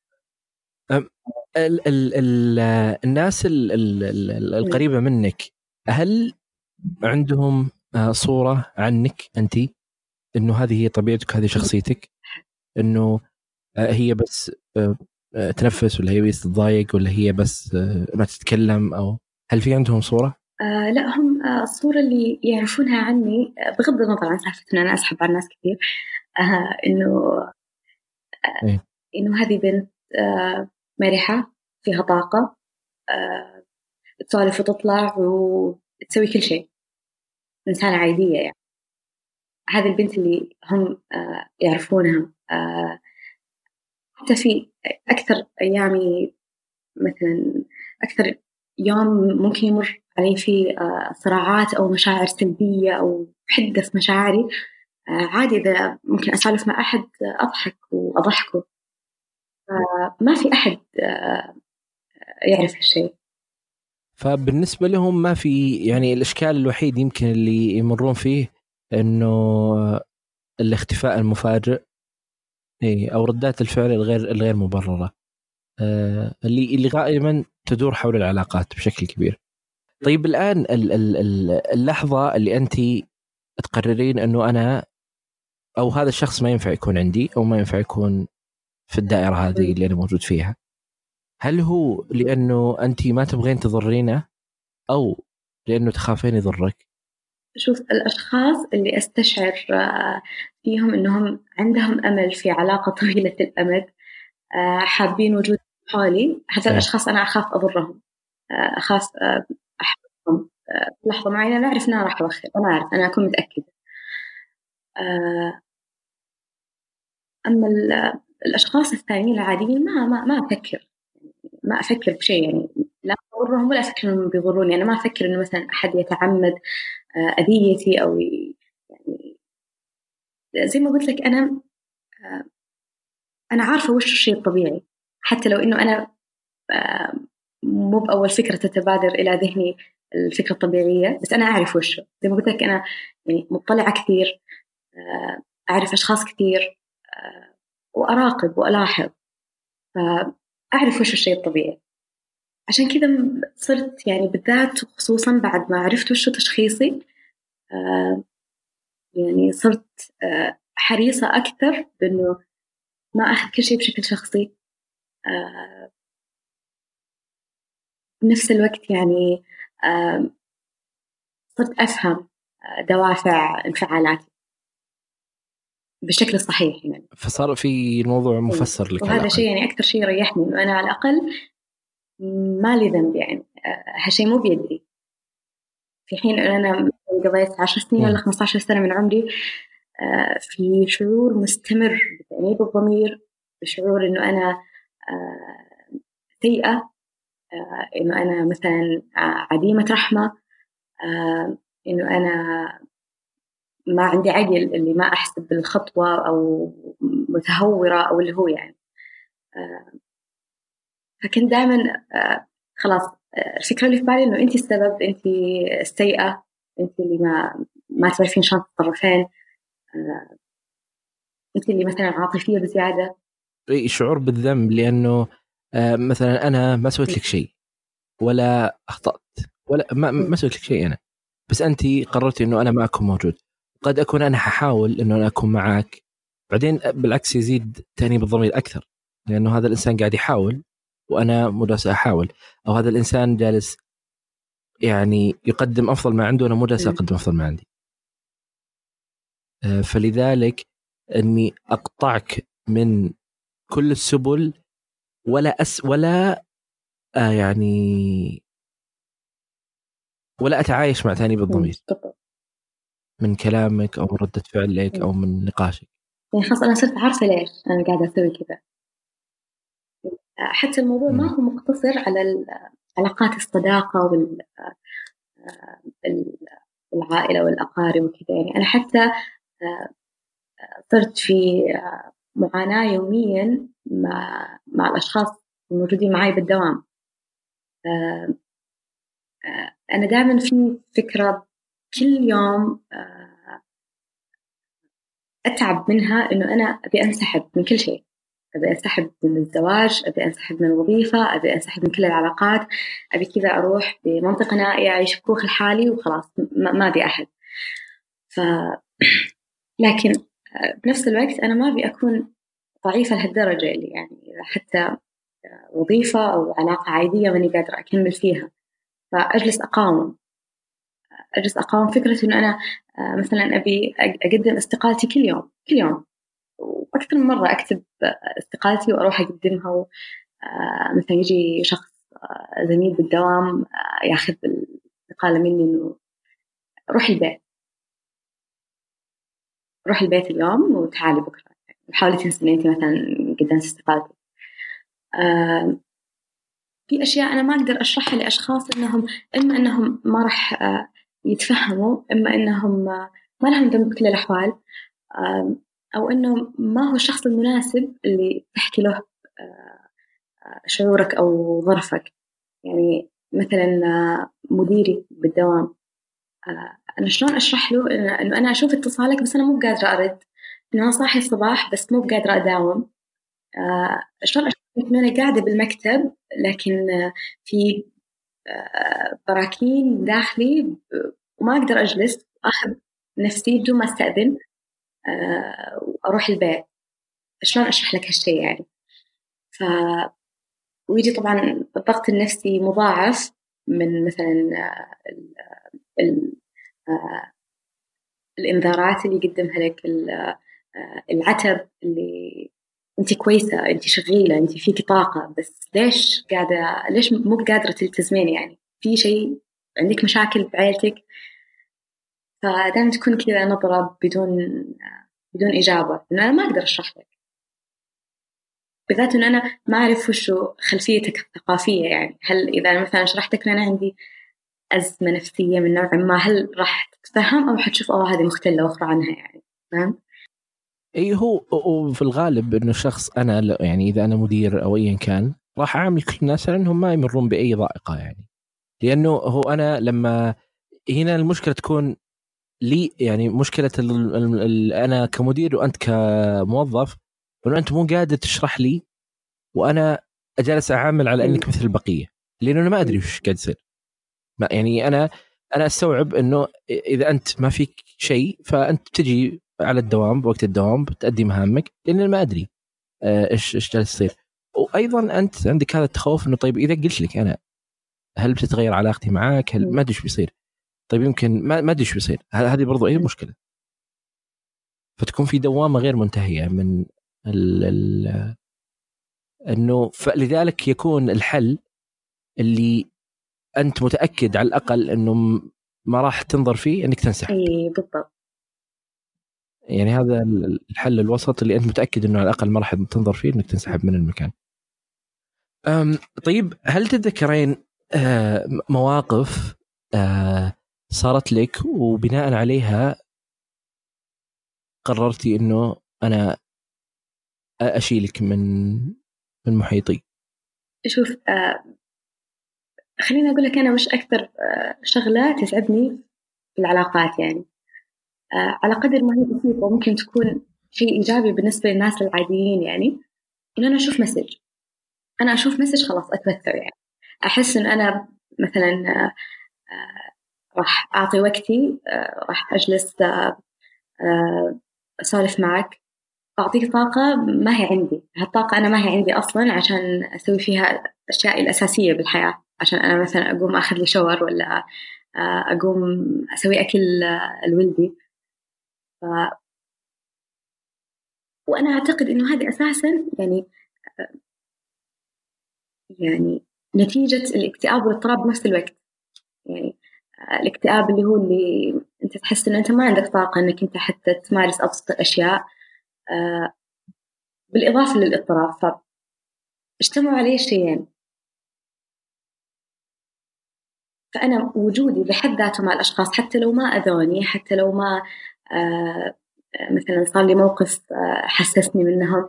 ال ال ال الناس القريبه منك هل عندهم صوره عنك انت انه هذه هي طبيعتك هذه شخصيتك، انه هي بس تنفس ولا هي بس تتضايق ولا هي بس ما تتكلم، او هل في عندهم صورة؟ لا هم الصورة اللي يعرفونها عني بغض النظر عن سالفة إن أنا أسحب على الناس كثير إيه؟ إنه هذه بنت مرحة فيها طاقة تسولف وتطلع وتسوي كل شيء، إنسانة عادية يعني. هذه البنت اللي هم يعرفونها حتى في أكثر أيامي مثلا أكثر يوم ممكن يمر علي فيه صراعات أو مشاعر سلبية أو حدة في مشاعري، عادي إذا ممكن أسولف مع أحد أضحك وأضحكه، ما في أحد يعرف هالشيء. فبالنسبة لهم ما في يعني الإشكال الوحيد يمكن اللي يمرون فيه إنه الاختفاء المفاجئ أو ردات الفعل الغير مبررة اللي غالبا تدور حول العلاقات بشكل كبير. طيب الآن اللحظة اللي أنت تقررين أنه أنا أو هذا الشخص ما ينفع يكون عندي أو ما ينفع يكون في الدائرة هذه اللي أنا موجود فيها، هل هو لأنه أنت ما تبغين تضرينه أو لأنه تخافين يضرك؟ شوف الأشخاص اللي أستشعر فيهم أنهم عندهم أمل في علاقة طويلة الأمد، حابين وجود حولي، هذا الأشخاص أنا أخاف أضرهم، أخاف أحبهم في لحظة معينة، أنا أعرف أنها راح أوخر، أنا أعرف، أنا أكون متأكدة. أما الأشخاص الثانيين العاديين ما أفكر بشيء يعني، لا أضرهم ولا أفكر إنهم بيضروني. أنا ما أفكر إنه مثلا أحد يتعمد أذيتي أو يعني زي ما قلت لك أنا عارفة وش الشيء الطبيعي، حتى لو إنه أنا مو بأول فكرة تتبادر إلى ذهني الفكرة الطبيعية، بس أنا أعرف وش زي ما قلت لك، أنا يعني مطلعة كثير، أعرف أشخاص كثير وأراقب وألاحظ، فأعرف وش الشيء الطبيعي. عشان كذا صرت يعني بالذات خصوصا بعد ما عرفت وش تشخيصي يعني صرت حريصة أكثر بأنه ما أخذ كل شيء بشكل شخصي. بنفس الوقت يعني صرت أفهم دوافع انفعالاتي بالشكل الصحيح يعني، فصار في الموضوع مفسر لك، وهذا شيء يعني أكثر شيء ريحني إنه أنا على الأقل ما لي ذنب يعني، هالشيء مو بيدي. في حين أن أنا قضيت 10 سنين ولا 15 سنة من عمري في شعور مستمر بتأنيب الضمير، بشعور إنه أنا سيئة، إنه أنا مثلا عديمة رحمة، إنه أنا ما عندي عقل، اللي ما أحسب الخطوة، أو متهورة، أو اللي هو يعني. فكنت دائما خلاص الفكرة اللي في بالي إنه أنت السبب، أنت السيئة، أنت اللي ما تعرفين شلون تتصرفين، أنت اللي مثلا عاطفية بزيادة. شعور بالذنب لأنه مثلا أنا ما سويت لك شيء ولا أخطأت ولا ما سويت لك شيء أنا، بس أنت قررتي إنه أنا ما أكون موجود. قد أكون أنا ححاول إنه أنا أكون معك، بعدين بالعكس يزيد تأنيب الضمير أكثر، لأنه هذا الإنسان قاعد يحاول وأنا مو جالس أحاول، أو هذا الإنسان جالس يعني يقدم أفضل ما عنده وأنا مو جالس أقدم أفضل ما عندي. فلذلك أني أقطعك من كل السبل ولا يعني ولا أتعايش مع تأنيب الضمير من كلامك أو من ردة فعلك أو من نقاشك. يعني خلاص أنا صرت عارفة ليش أنا قاعدة أسوي كذا. حتى الموضوع ما هو مقتصر على علاقات الصداقة والعائلة والأقارب وكذا. يعني أنا حتى صرت في معاناة يوميا مع الأشخاص الموجودين معي بالدوام. أنا دائما في فكرة كل يوم أتعب منها، إنه أنا أبي أنسحب من كل شيء، أبي أنسحب من الزواج، أبي أنسحب من الوظيفة، أبي أنسحب من كل العلاقات، أبي كذا أروح بمنطقة نائية أعيش بكوخ لحالي وخلاص، ما أبي أحد. لكن بنفس الوقت أنا ما أبي أكون ضعيفة لهالدرجة، اللي يعني حتى وظيفة أو علاقة عادية ماني قادرة أكمل فيها، فأجلس أقاوم فكرة إنه أنا مثلا أبي أقدم استقالتي كل يوم وأكثر من مرة أكتب استقالتي وأروح أقدمها، مثلا يجي شخص زميل بالدوام ياخذ الاستقالة مني، إنه روحي البيت اليوم وتعالي بكرة، حاولي تنسي أنتي مثلا قدمت استقالتي. في أشياء أنا ما أقدر أشرحها لأشخاص، إنهم إما إنهم ما راح يتفهموا، إما إنهم ما لهم ذنب بكل الأحوال، أو إنه ما هو الشخص المناسب اللي تحكي له شعورك أو ظرفك. يعني مثلا مديري بالدوام، أنا شلون أشرح له إنه أنا أشوف اتصالك بس أنا مو قادرة أرد، إنه أنا صاحي الصباح بس مو قادرة أداوم. شلون أشرح لك إنه أنا قاعدة بالمكتب لكن في براكين داخلي وما أقدر أجلس أخذ نفسي بدون ما أستأذن وأروح البيت. شلون أشرح لك هالشيء يعني؟ ويجي طبعا الضغط النفسي مضاعف من مثلا الإنذارات اللي يقدمها لك، العتب اللي أنت كويسة، أنت شغيلة، أنت فيك طاقة، بس ليش مو قادرة تلتزمين؟ يعني في شيء عندك مشاكل بعائلتك. فدائما تكون كذا نظرة بدون إجابة، إنه أنا ما أقدر أشرح لك، بالذات إنه أنا ما أعرف وشو خلفيتك الثقافية. يعني هل إذا مثلا شرحتك أنا عندي أزمة نفسية من نوع ما، هل راح تتفهم أو حتشوف هذه مختلة وأخرى عنها؟ يعني فهم؟ هو في الغالب إنه الشخص أنا يعني إذا أنا مدير أو أيا كان راح أعامل كل الناس على أنهم ما يمرون بأي ضائقة، يعني لأنه هو أنا لما هنا المشكلة تكون لي، يعني مشكلة أنا كمدير وأنت كموظف، وأنه أنت مو قادر تشرح لي وأنا أجلس أعامل على أنك مثل البقية، لأنه أنا ما أدري وش قاعد يصير. يعني أنا أستوعب أنه إذا أنت ما فيك شيء فأنت تجي على الدوام بوقت الدوام بتأدي مهامك، لأن أنا ما أدري إيش جالس يصير. وأيضا أنت عندك هذا التخوف أنه طيب إذا قلت لك أنا هل بتتغير علاقتي معك؟ هل ما أدري إيش بيصير؟ طيب يمكن ما أدري إيش بيصير. هذه برضو أي مشكلة، فتكون في دوامة غير منتهية من أنه فلذلك يكون الحل اللي أنت متأكد على الأقل أنه ما راح تنظر فيه انك تنسحب. اي بالضبط. يعني هذا الحل الوسط اللي انت متاكد انه على الاقل ما راح تنظر فيه انك تنسحب من المكان. طيب هل تتذكرين مواقف صارت لك وبناء عليها قررتي انه انا اشيلك من محيطي؟ شوف، خليني أقول لك أنا مش أكثر شغلة تتعبني في العلاقات، يعني على قدر ما هي بسيطة وممكن تكون شيء إيجابي بالنسبة للناس العاديين، يعني إن أنا أشوف مسج خلاص أتوتر، يعني أحس إن أنا مثلا راح أعطي وقتي، راح أجلس أسولف معك، أعطيك طاقة ما هي عندي. هالطاقة أنا ما هي عندي أصلا عشان أسوي فيها أشياء الأساسية بالحياة، عشان أنا مثلا أقوم أخذ لي شاور ولا أقوم أسوي أكل لولدي. وأنا أعتقد إنه هذه أساسا يعني نتيجة الاكتئاب والاضطراب بنفس الوقت. يعني الاكتئاب اللي أنت تحس إنه أنت ما عندك طاقة إنك أنت حتى تمارس أبسط الأشياء، بالإضافة للاضطراب، فاجتمعوا عليه شيئين. فأنا وجودي بحد ذاته مع الأشخاص حتى لو ما أذوني، حتى لو ما مثلا صار لي موقف حسسني منهم،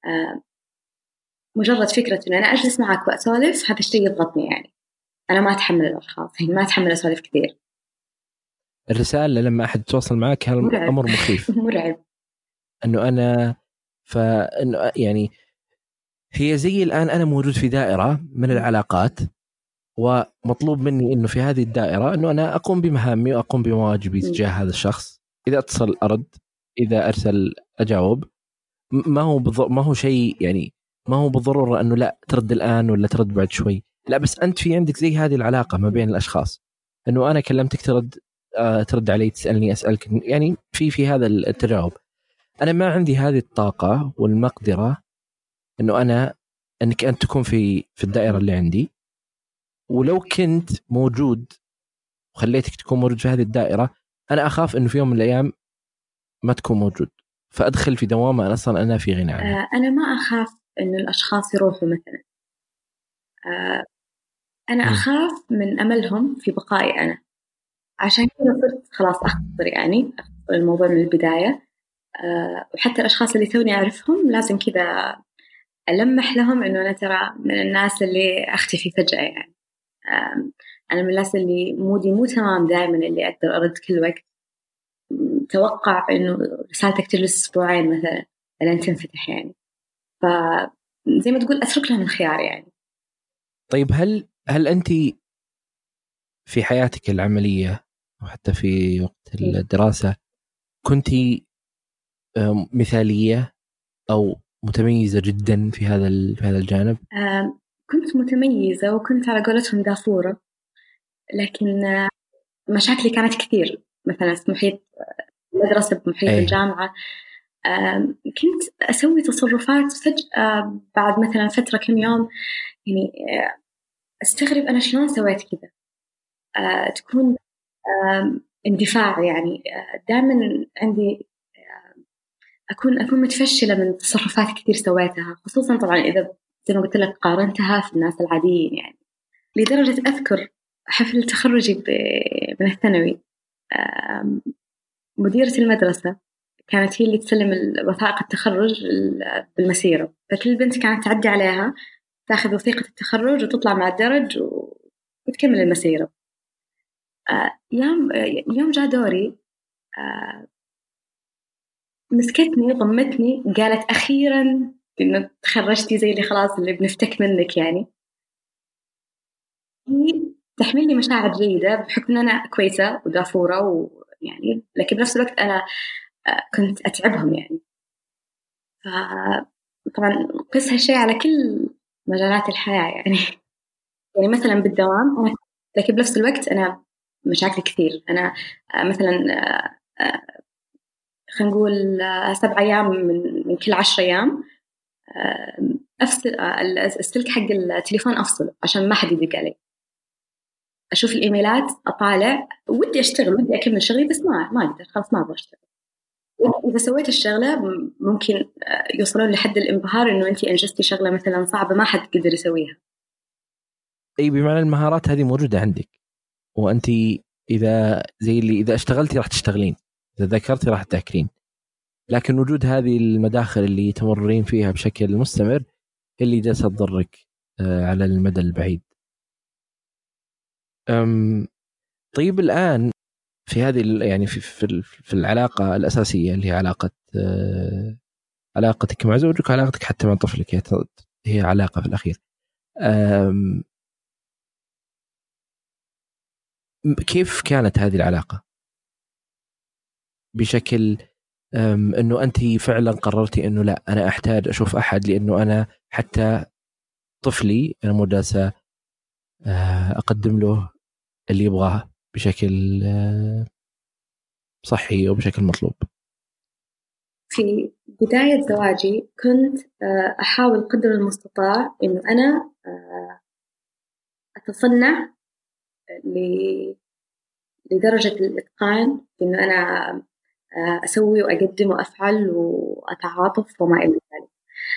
مجرد فكرة إن أنا أجلس معك وأسولف، هذا الشيء يضغطني. يعني أنا ما أتحمل الأشخاص، يعني ما أتحمل أسولف كثير. الرسالة لما أحد يتواصل معك هذا أمر مخيف. مرعب. إنه أنا فإنه يعني هي زي الآن أنا موجود في دائرة من العلاقات، ومطلوب مني إنه في هذه الدائرة إنه أنا أقوم بمهامي وأقوم بمواجبي تجاه هذا الشخص. إذا اتصل أرد، إذا أرسل أجاوب. ما هو شيء يعني ما هو بالضرورة أنه لا ترد الآن ولا ترد بعد شوي، لا، بس أنت في عندك زي هذه العلاقة ما بين الأشخاص، أنه أنا كلمتك ترد علي، تسألني أسألك، يعني في هذا التجاوب. أنا ما عندي هذه الطاقة والمقدرة أنه أنك أنت تكون في الدائرة اللي عندي، ولو كنت موجود وخليتك تكون موجود في هذه الدائرة، أنا أخاف أنه في يوم من الأيام ما تكون موجود، فأدخل في دوامة أنا أصلا أنا في غنى عنها. أنا ما أخاف إن الأشخاص يروحوا مثلا، أنا أخاف من أملهم في بقائي أنا. عشان كذا صرت خلاص أختصر الموضوع من البداية. وحتى الأشخاص اللي توني أعرفهم لازم كذا ألمح لهم إنه أنا ترى من الناس اللي أختفي فجأة. يعني أنا من الناس اللي مودي مو تمام دائما اللي أقدر أرد كل وقت. توقع إنه رسالتك تجلس أسبوعين مثلا لين تنفتح، يعني فزي ما تقول أترك لهم الخيار يعني. طيب هل أنت في حياتك العملية وحتى في وقت الدراسة كنتي مثالية أو متميزة جدا في هذا الجانب؟ كنت متميزة وكنت على قولتهم دافورة، لكن مشاكلي كانت كثير. مثلا في محيط المدرسة، بمحيط الجامعة، كنت أسوي تصرفات فجأة بعد مثلا فترة كم يوم، يعني أستغرب أنا شلون سويت كذا. تكون اندفاع، يعني دائما عندي أكون متفشلة من تصرفات كثير سويتها، خصوصا طبعا إذا زي ما قلت لك قارنتها في الناس العاديين. يعني لدرجة أذكر حفل تخرجي من الثانوي، مديرة المدرسة كانت هي اللي تسلم وثائق التخرج بالمسيرة، فكل بنت كانت تعدي عليها تاخذ وثيقة التخرج وتطلع مع الدرج وتكمل المسيرة. يوم جاء دوري، مسكتني ضمتني قالت أخيرا إنه تخرجتي زي اللي خلاص اللي بنفتك منك. يعني هي تحمل لي مشاعر جيدة بحكم أن أنا كويسة ودافورة، ويعني لكن بنفس الوقت أنا كنت أتعبهم. يعني فطبعا قس هالشيء على كل مجالات الحياة. يعني مثلا بالدوام أنا، لكن بنفس الوقت أنا مشاكل كثير. أنا مثلا خلينا نقول 7 أيام من كل 10 أيام أفصل السلك حق التليفون، أفصله عشان ما حد يدق علي. أشوف الإيميلات، أطالع، ودي أشتغل، ودي أكمل شغلي، بس ما أقدر، خلاص ما أبغى أشتغل. إذا سويت الشغلة ممكن يوصلون لحد الانبهار إنه أنتي أنجزتي شغلة مثلا صعبة ما حد قدر يسويها. أي بمعنى المهارات هذه موجودة عندك، وأنت إذا زي اللي إذا اشتغلتي راح تشتغلين، إذا ذاكرتي راح تذاكرين، لكن وجود هذه المداخل اللي تمرين فيها بشكل مستمر اللي جالسة تضرك على المدى البعيد. طيب الآن في هذه يعني في العلاقة الأساسية اللي هي علاقتك مع زوجك وعلاقتك حتى مع طفلك، هي علاقة في الأخير. كيف كانت هذه العلاقة بشكل أنه أنت فعلا قررتي أنه لا أنا أحتاج أشوف أحد، لأنه أنا حتى طفلي أنا مو جالسة أقدم له اللي يبغاه بشكل صحي وبشكل مطلوب؟ في بداية زواجي كنت أحاول قدر المستطاع إنه أنا أتصنع لدرجة الإتقان، إنه أنا أسوي وأقدم وأفعل وأتعاطف وما إلى ذلك.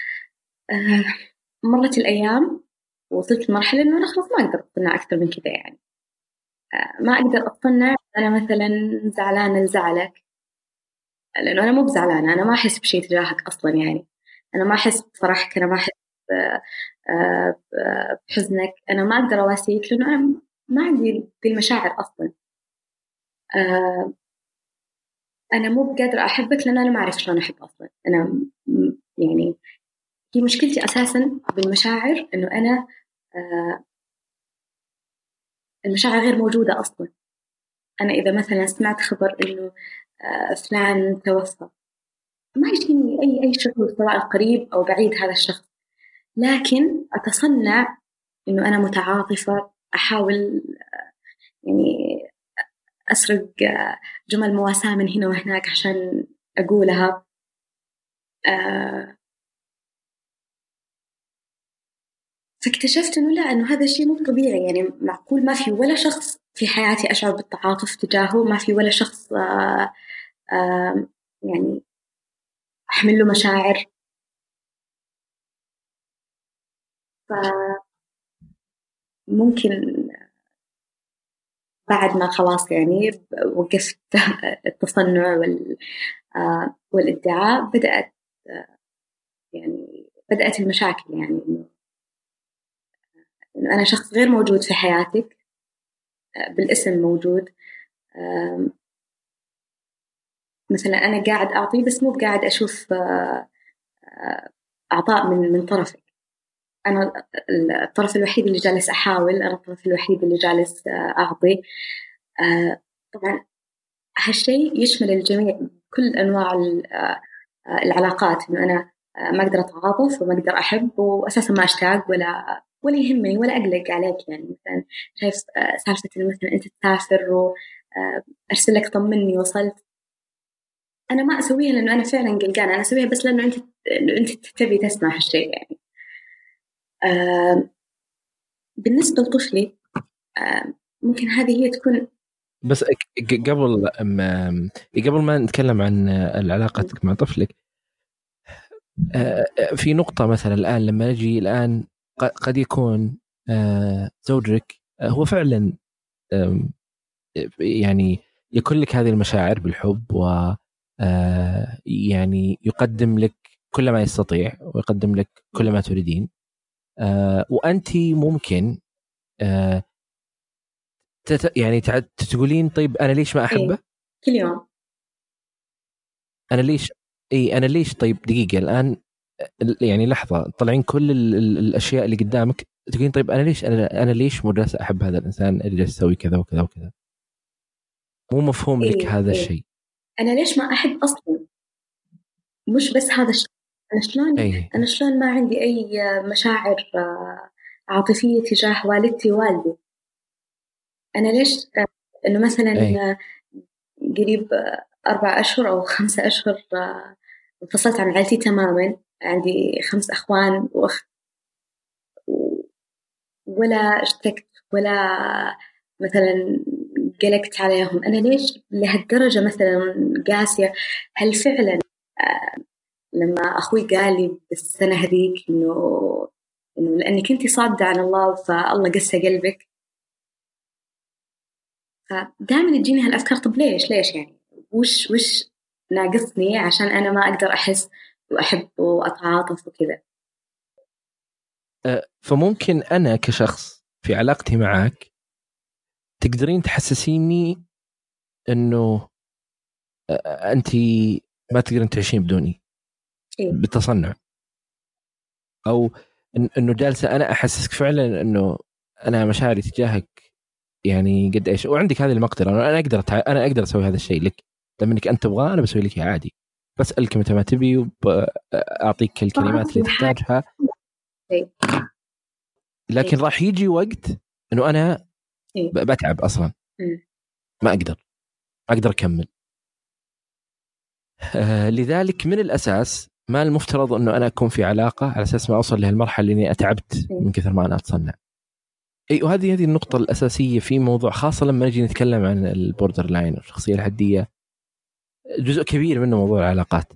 مرت الأيام ووصلت لمرحلة إنه أنا خلاص ما أقدر أتصنع أكثر من كذا، يعني ما أقدر أتصنع أنا مثلا زعلانة لزعلك، لأنه أنا مو بزعلانة، أنا ما أحس بشيء تجاهك أصلا، يعني أنا ما أحس بفرحك، أنا ما أحس بحزنك، أنا ما أقدر أواسيك لأنه أنا ما عندي ذي المشاعر أصلا. أنا مو بقادرة أحبك لأن أنا ما أعرف شلون أحب أصلا. أنا يعني هي مشكلتي أساسا بالمشاعر، إنه أنا المشاعر غير موجودة أصلا. أنا إذا مثلا سمعت خبر إنه فلان توفى، ما يجيني أي شعور سواء قريب أو بعيد هذا الشخص، لكن أتصنع إنه أنا متعاطفة، أحاول يعني أسرق جمل مواساة من هنا وهناك عشان أقولها. فاكتشفت إنه لا، إنه هذا الشيء مو طبيعي، يعني معقول ما في ولا شخص في حياتي أشعر بالتعاطف تجاهه، ما في ولا شخص يعني أحمل له مشاعر. فممكن بعد ما خلاص يعني وقفت التصنع والادعاء، بدأت المشاكل، يعني إنه أنا شخص غير موجود في حياتك، بالاسم موجود، مثلا أنا قاعد أعطي بس مو قاعد أشوف أعطاء من طرفك. أنا الطرف الوحيد اللي جالس أحاول، أنا الطرف الوحيد اللي جالس أعطي. طبعا هالشيء يشمل الجميع، كل أنواع العلاقات، إنه أنا ما أقدر أتعاطف وما أقدر أحب وأساسا ما أشتاق ولا يهمني ولا أقلق عليك. يعني مثلا شايف سالفة مثلا أنت تسافر وأرسل لك طمني وصلت، أنا ما أسويها لأنه أنا فعلا قلقانة، أنا أسويها بس لأنه أنت تبي تسمع هالشيء. يعني بالنسبة لطفلي ممكن هذه هي تكون. بس قبل ما نتكلم عن علاقتك مع طفلك، في نقطة مثلا الآن لما نجي الآن قد يكون زوجك هو فعلا يعني يكون لك هذه المشاعر بالحب، و يعني يقدم لك كل ما يستطيع ويقدم لك كل ما تريدين، وأنت ممكن يعني تقولين طيب أنا ليش ما أحبه؟ كل يوم أنا ليش طيب دقيقة الآن، يعني لحظة، طلعين كل الأشياء اللي قدامك، تقولين طيب أنا ليش مو جالس أحب هذا الإنسان اللي جالس يسوي كذا وكذا وكذا؟ مو مفهوم لك هذا الشيء. أنا ليش ما أحب أصلا؟ مش بس هذا الشيء، أنا شلون ما عندي أي مشاعر عاطفية تجاه والدتي ووالدي؟ أنا ليش إنه مثلا قريب 4 أشهر أو 5 أشهر انفصلت عن عائلتي تماما، عندي 5 أخوان وأخت، ولا اشتكت ولا مثلا قلقت عليهم، أنا ليش لهالدرجة مثلا قاسية؟ هل فعلا لما أخوي قال لي بالسنة هذيك إنه لأنك أنتي صادة عن الله فالله قسى قلبك؟ فدائما تجيني هالأفكار، طب ليش يعني وش ناقصني عشان أنا ما أقدر أحس وأحب وأتعاطف وكذا؟ فممكن أنا كشخص في علاقتي معك تقدرين تحسسيني أنه أنت ما تقدرين تعيشين بدوني بالتصنع، أو أنه جالسة أنا أحسسك فعلا أنه أنا مشاعري تجاهك يعني قد إيش، وعندك هذه المقدرة. أنا أقدر أسوي هذا الشيء لك لما إنك أنت تبغى، أنا بسوي لك عادي، بسألك متى ما تبي وأعطيك الكلمات اللي تحتاجها. لكن راح يجي وقت أنه أنا بتعب أصلا، ما أقدر أكمل. لذلك من الأساس ما المفترض أنه أنا أكون في علاقة على أساس ما أوصل لهالمرحلة اللي أتعبت من كثر ما أنا أتصنع. وهذه النقطة الأساسية في موضوع، خاصة لما نجي نتكلم عن البوردر لاين والشخصية الحدية، جزء كبير منه موضوع العلاقات.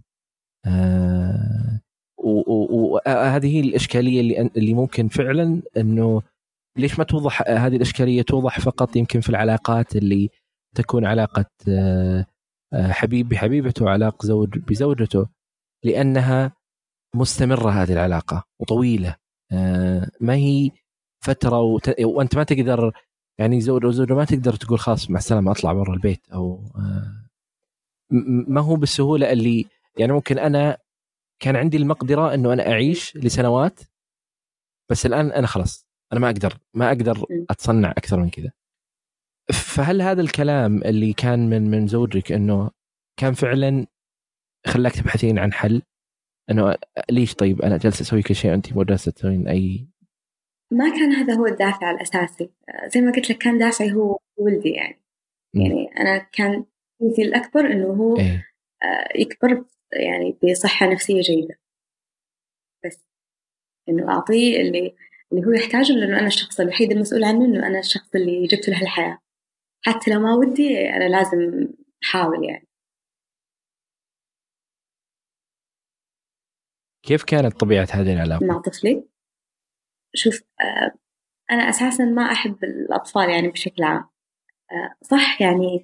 وهذه الإشكالية اللي ممكن فعلا أنه ليش ما توضح هذه الإشكالية؟ توضح فقط يمكن في العلاقات اللي تكون علاقة حبيب بحبيبته، علاقة زوج بزوجته، لأنها مستمرة هذه العلاقة وطويلة، ما هي فترة وأنت ما تقدر يعني زوج وزوجة ما تقدر تقول خلاص مع السلامة أطلع برا البيت، أو ما هو بالسهولة اللي يعني ممكن أنا كان عندي المقدرة أنه أنا أعيش لسنوات، بس الآن أنا خلاص أنا ما أقدر أتصنع أكثر من كذا. فهل هذا الكلام اللي كان من زوجك أنه كان فعلا خلاك تبحثين عن حل؟ أنه ليش طيب أنا جالسة أسوي كل شيء وأنت مو جالسة تسوين أي؟ ما كان هذا هو الدافع الأساسي، زي ما قلت لك كان دافعي هو ولدي يعني أنا كان تفكيري الأكبر إنه هو يكبر يعني بصحة نفسية جيدة، بس إنه أعطيه اللي هو يحتاجه، لأنه أنا الشخص الوحيد المسؤول عنه، إنه أنا الشخص اللي جبت له الحياة، حتى لو ما ودي أنا لازم أحاول يعني. كيف كانت طبيعة هذه العلاقة مع طفلي؟ شوف، أنا أساساً ما أحب الأطفال يعني بشكل عام، صح يعني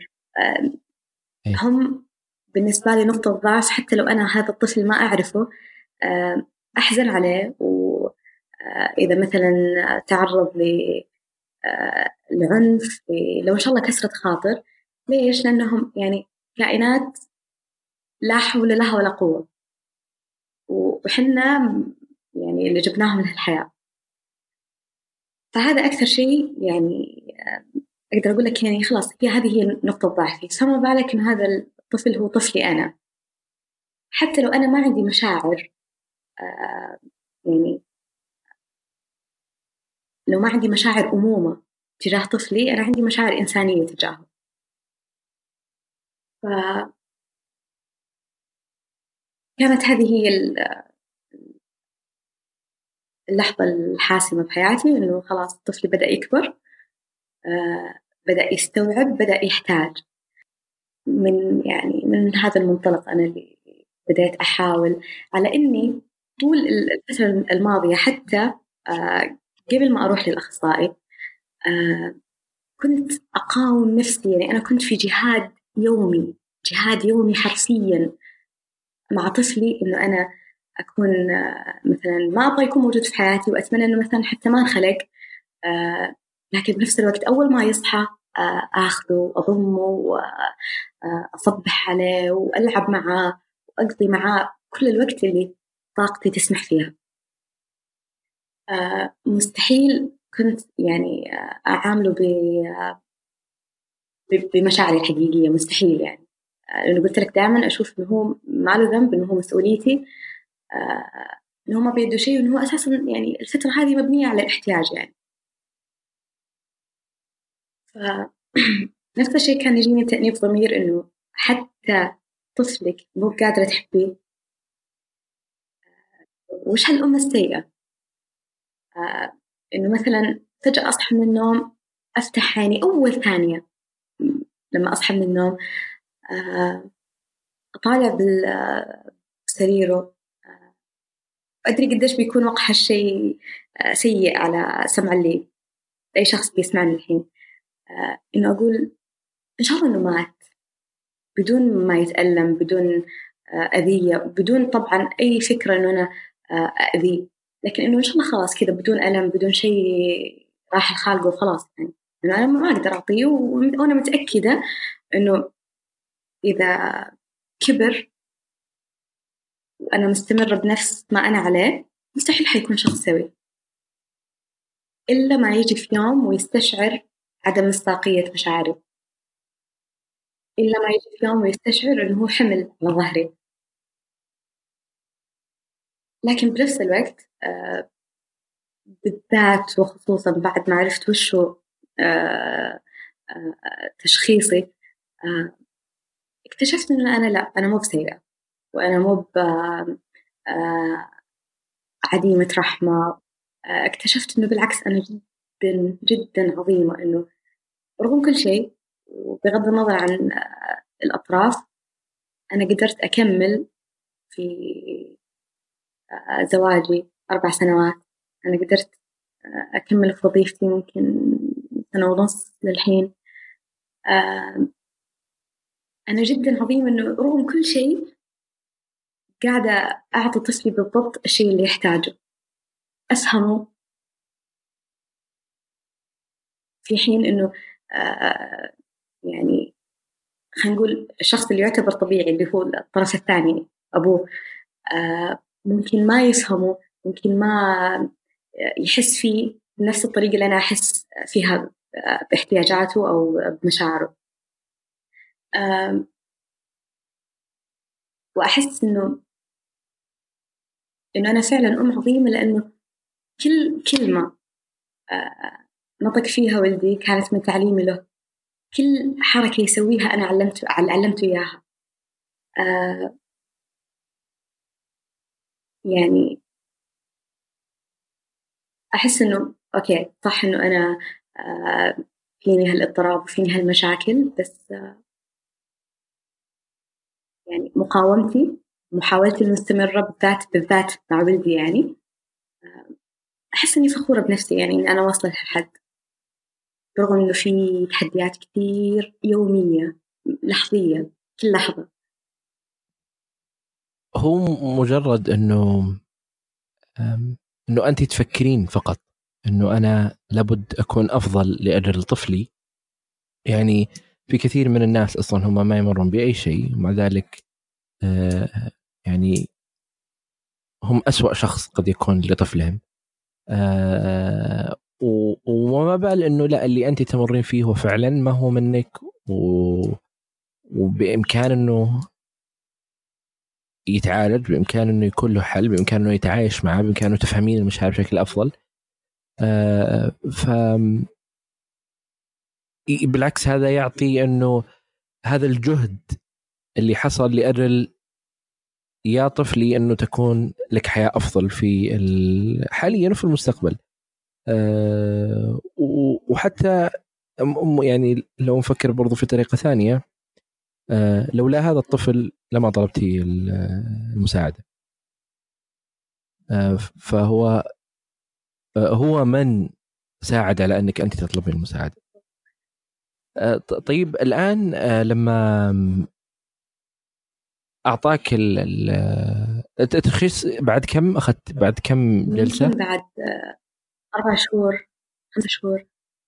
هم بالنسبة لي نقطة ضعف، حتى لو أنا هذا الطفل ما أعرفه أحزن عليه، وإذا مثلا تعرض لعنف، لو إن شاء الله كسرة خاطر. ليش؟ لأنهم يعني كائنات لا حول لها ولا قوة، وحنا يعني اللي جبناهم للحياة. فهذا أكثر شيء يعني أقدر أقول لك، يعني خلاص هذه هي نقطة ضعفي، فما بالك إن هذا الطفل هو طفلي أنا. حتى لو أنا ما عندي مشاعر، يعني لو ما عندي مشاعر أمومة تجاه طفلي، أنا عندي مشاعر إنسانية تجاهه. فكانت هذه هي اللحظة الحاسمة بحياتي، إنه خلاص طفلي بدأ يكبر، بدأ يستوعب، بدأ يحتاج. من هذا المنطلق أنا اللي بدأت أحاول على إني طول الفترة الماضية، حتى قبل ما أروح للأخصائي، كنت أقاوم نفسي، يعني أنا كنت في جهاد يومي حرفيا مع طفلي، إنه أنا أكون مثلا ما أبغى يكون موجود في حياتي، وأتمنى إنه مثلا حتى ما انخلق، لكن بنفس الوقت أول ما يصحى أخذه وأضمه وأصبح عليه وألعب معه وأقضي معه كل الوقت اللي طاقتي تسمح فيها. مستحيل كنت يعني أعامله بمشاعري الحقيقية، مستحيل يعني، لأنه قلت لك دائما أشوف إنه هو ما له ذنب، إنه هو مسؤوليتي، إنه هو ما بيده شيء، وإنه هو أساسا يعني الفترة هذه مبنية على الاحتياج يعني. نفس الشيء كان يجيني تأنيب ضمير، إنه حتى طفلك مو قادرة تحبيه، وش هالأم السيئة؟ إنه مثلا فجأة أصحى من النوم أفتح عيني أول ثانية لما أصحى من النوم، أطالع بسريره، أدري قديش بيكون وقع هالشيء سيء على سمع اللي أي شخص بيسمعني الحين، إنه أقول إن شاء الله إنه مات بدون ما يتألم، بدون أذية، بدون طبعا أي فكرة إنه أنا أذيه، لكن إنه إن شاء الله خلاص كذا بدون ألم، بدون شيء راح الخالق وخلاص. يعني إنه أنا ما أقدر أعطيه، وأنا متأكدة إنه إذا كبر وأنا مستمرة بنفس ما أنا عليه مستحيل حيكون شخص سوي، إلا ما يجي في يوم ويستشعر عدم مصداقية مشاعري، إلا ما يجي في يوم ويستشعر إنه هو حمل على ظهري. لكن بنفس الوقت بالذات وخصوصا بعد ما عرفت وشو تشخيصي، اكتشفت إنه أنا مو بسيئة، وأنا مو عديمة رحمة. اكتشفت إنه بالعكس أنا جدا جدا عظيمة، إنه رغم كل شيء وبغض النظر عن الأطراف أنا قدرت أكمل في زواجي 4 سنوات، أنا قدرت أكمل في وظيفتي ممكن 1.5 سنة للحين. أنا جدا عظيمة إنه رغم كل شيء قاعدة أعطي طفلي بالضبط الشيء اللي يحتاجه، أفهمه، في حين إنه يعني خلينا نقول الشخص اللي يعتبر طبيعي اللي هو الطرف الثاني أبوه ممكن ما يفهمه، ممكن ما يحس فيه بنفس الطريقة اللي أنا أحس فيها باحتياجاته أو بمشاعره. وأحس إنه أنا فعلا أم عظيمة، لأنه كل كلمة نطق فيها ولدي كانت من تعليمي له، كل حركة يسويها أنا علمته إياها. يعني أحس إنه أوكي صح إنه أنا فيني هالاضطراب وفيني هالمشاكل، بس يعني مقاومتي، محاولتي المستمرة بالذات مع ولدي، يعني أحس إني فخورة بنفسي، يعني إن أنا واصلة لهالحد، رغم إنه في تحديات كثير يومية لحظية كل لحظة. هو مجرد إنه أنت تفكرين فقط إنه أنا لابد أكون أفضل لأجل طفلي. يعني في كثير من الناس أصلا هم ما يمرون بأي شيء، ومع ذلك يعني هم أسوأ شخص قد يكون لطفلهم. وما بال إنه لا، اللي أنت تمرين فيه هو فعلا ما هو منك، وبإمكان إنه يتعالج، بإمكان إنه يكون له حل، بإمكان إنه يتعايش معه، بإمكانه تفهمين المشاعر بشكل أفضل. ف بالعكس هذا يعطي إنه هذا الجهد اللي حصل لأجل يا طفلي إنه تكون لك حياة أفضل في حاليا وفي المستقبل. وحتى يعني لو نفكر برضو في طريقة ثانية، لولا هذا الطفل لما طلبتي المساعدة، فهو هو من ساعد على أنك أنت تطلبين المساعدة. طيب الآن لما أعطاك الترخيص بعد كم أخذت، بعد كم جلسة؟ بعد 4 شهور 5 شهور.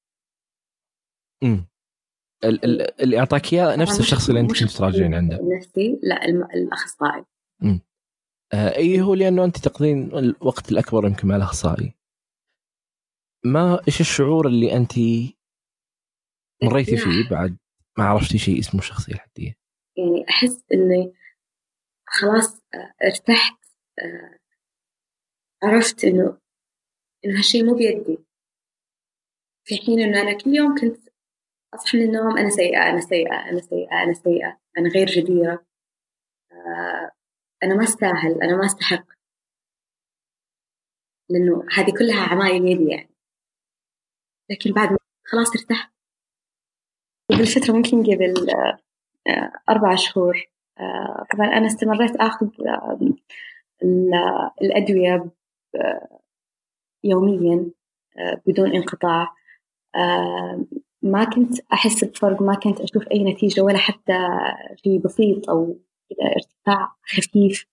اللي أعطاك إياه نفس الشخص اللي أنت كنت تراجعين عنده؟ نفسي لا، الأخصائي. أي هو لأنه أنت تقضين الوقت الأكبر يمكن مع الأخصائي. ما إيش الشعور اللي أنت مريتي فيه بعد ما عرفتي شيء اسمه الشخصية الحدية؟ يعني أحس إني خلاص ارتحت، عرفت إنه هالشيء مو بيدي، في حين إنه أنا كل يوم كنت أصحى من النوم أنا سيئة أنا سيئة أنا سيئة أنا سيئة، أنا غير جديرة، أنا ما استاهل، أنا ما استحق، لأنه هذه كلها عمايل يدي يعني. لكن بعد ما خلاص ارتحت. وبالفترة ممكن قبل 4 شهور طبعا أنا استمريت أخذ الأدوية يوميا بدون انقطاع. ما كنت أحس بفرق، ما كنت أشوف أي نتيجة ولا حتى شيء بسيط أو ارتفاع خفيف.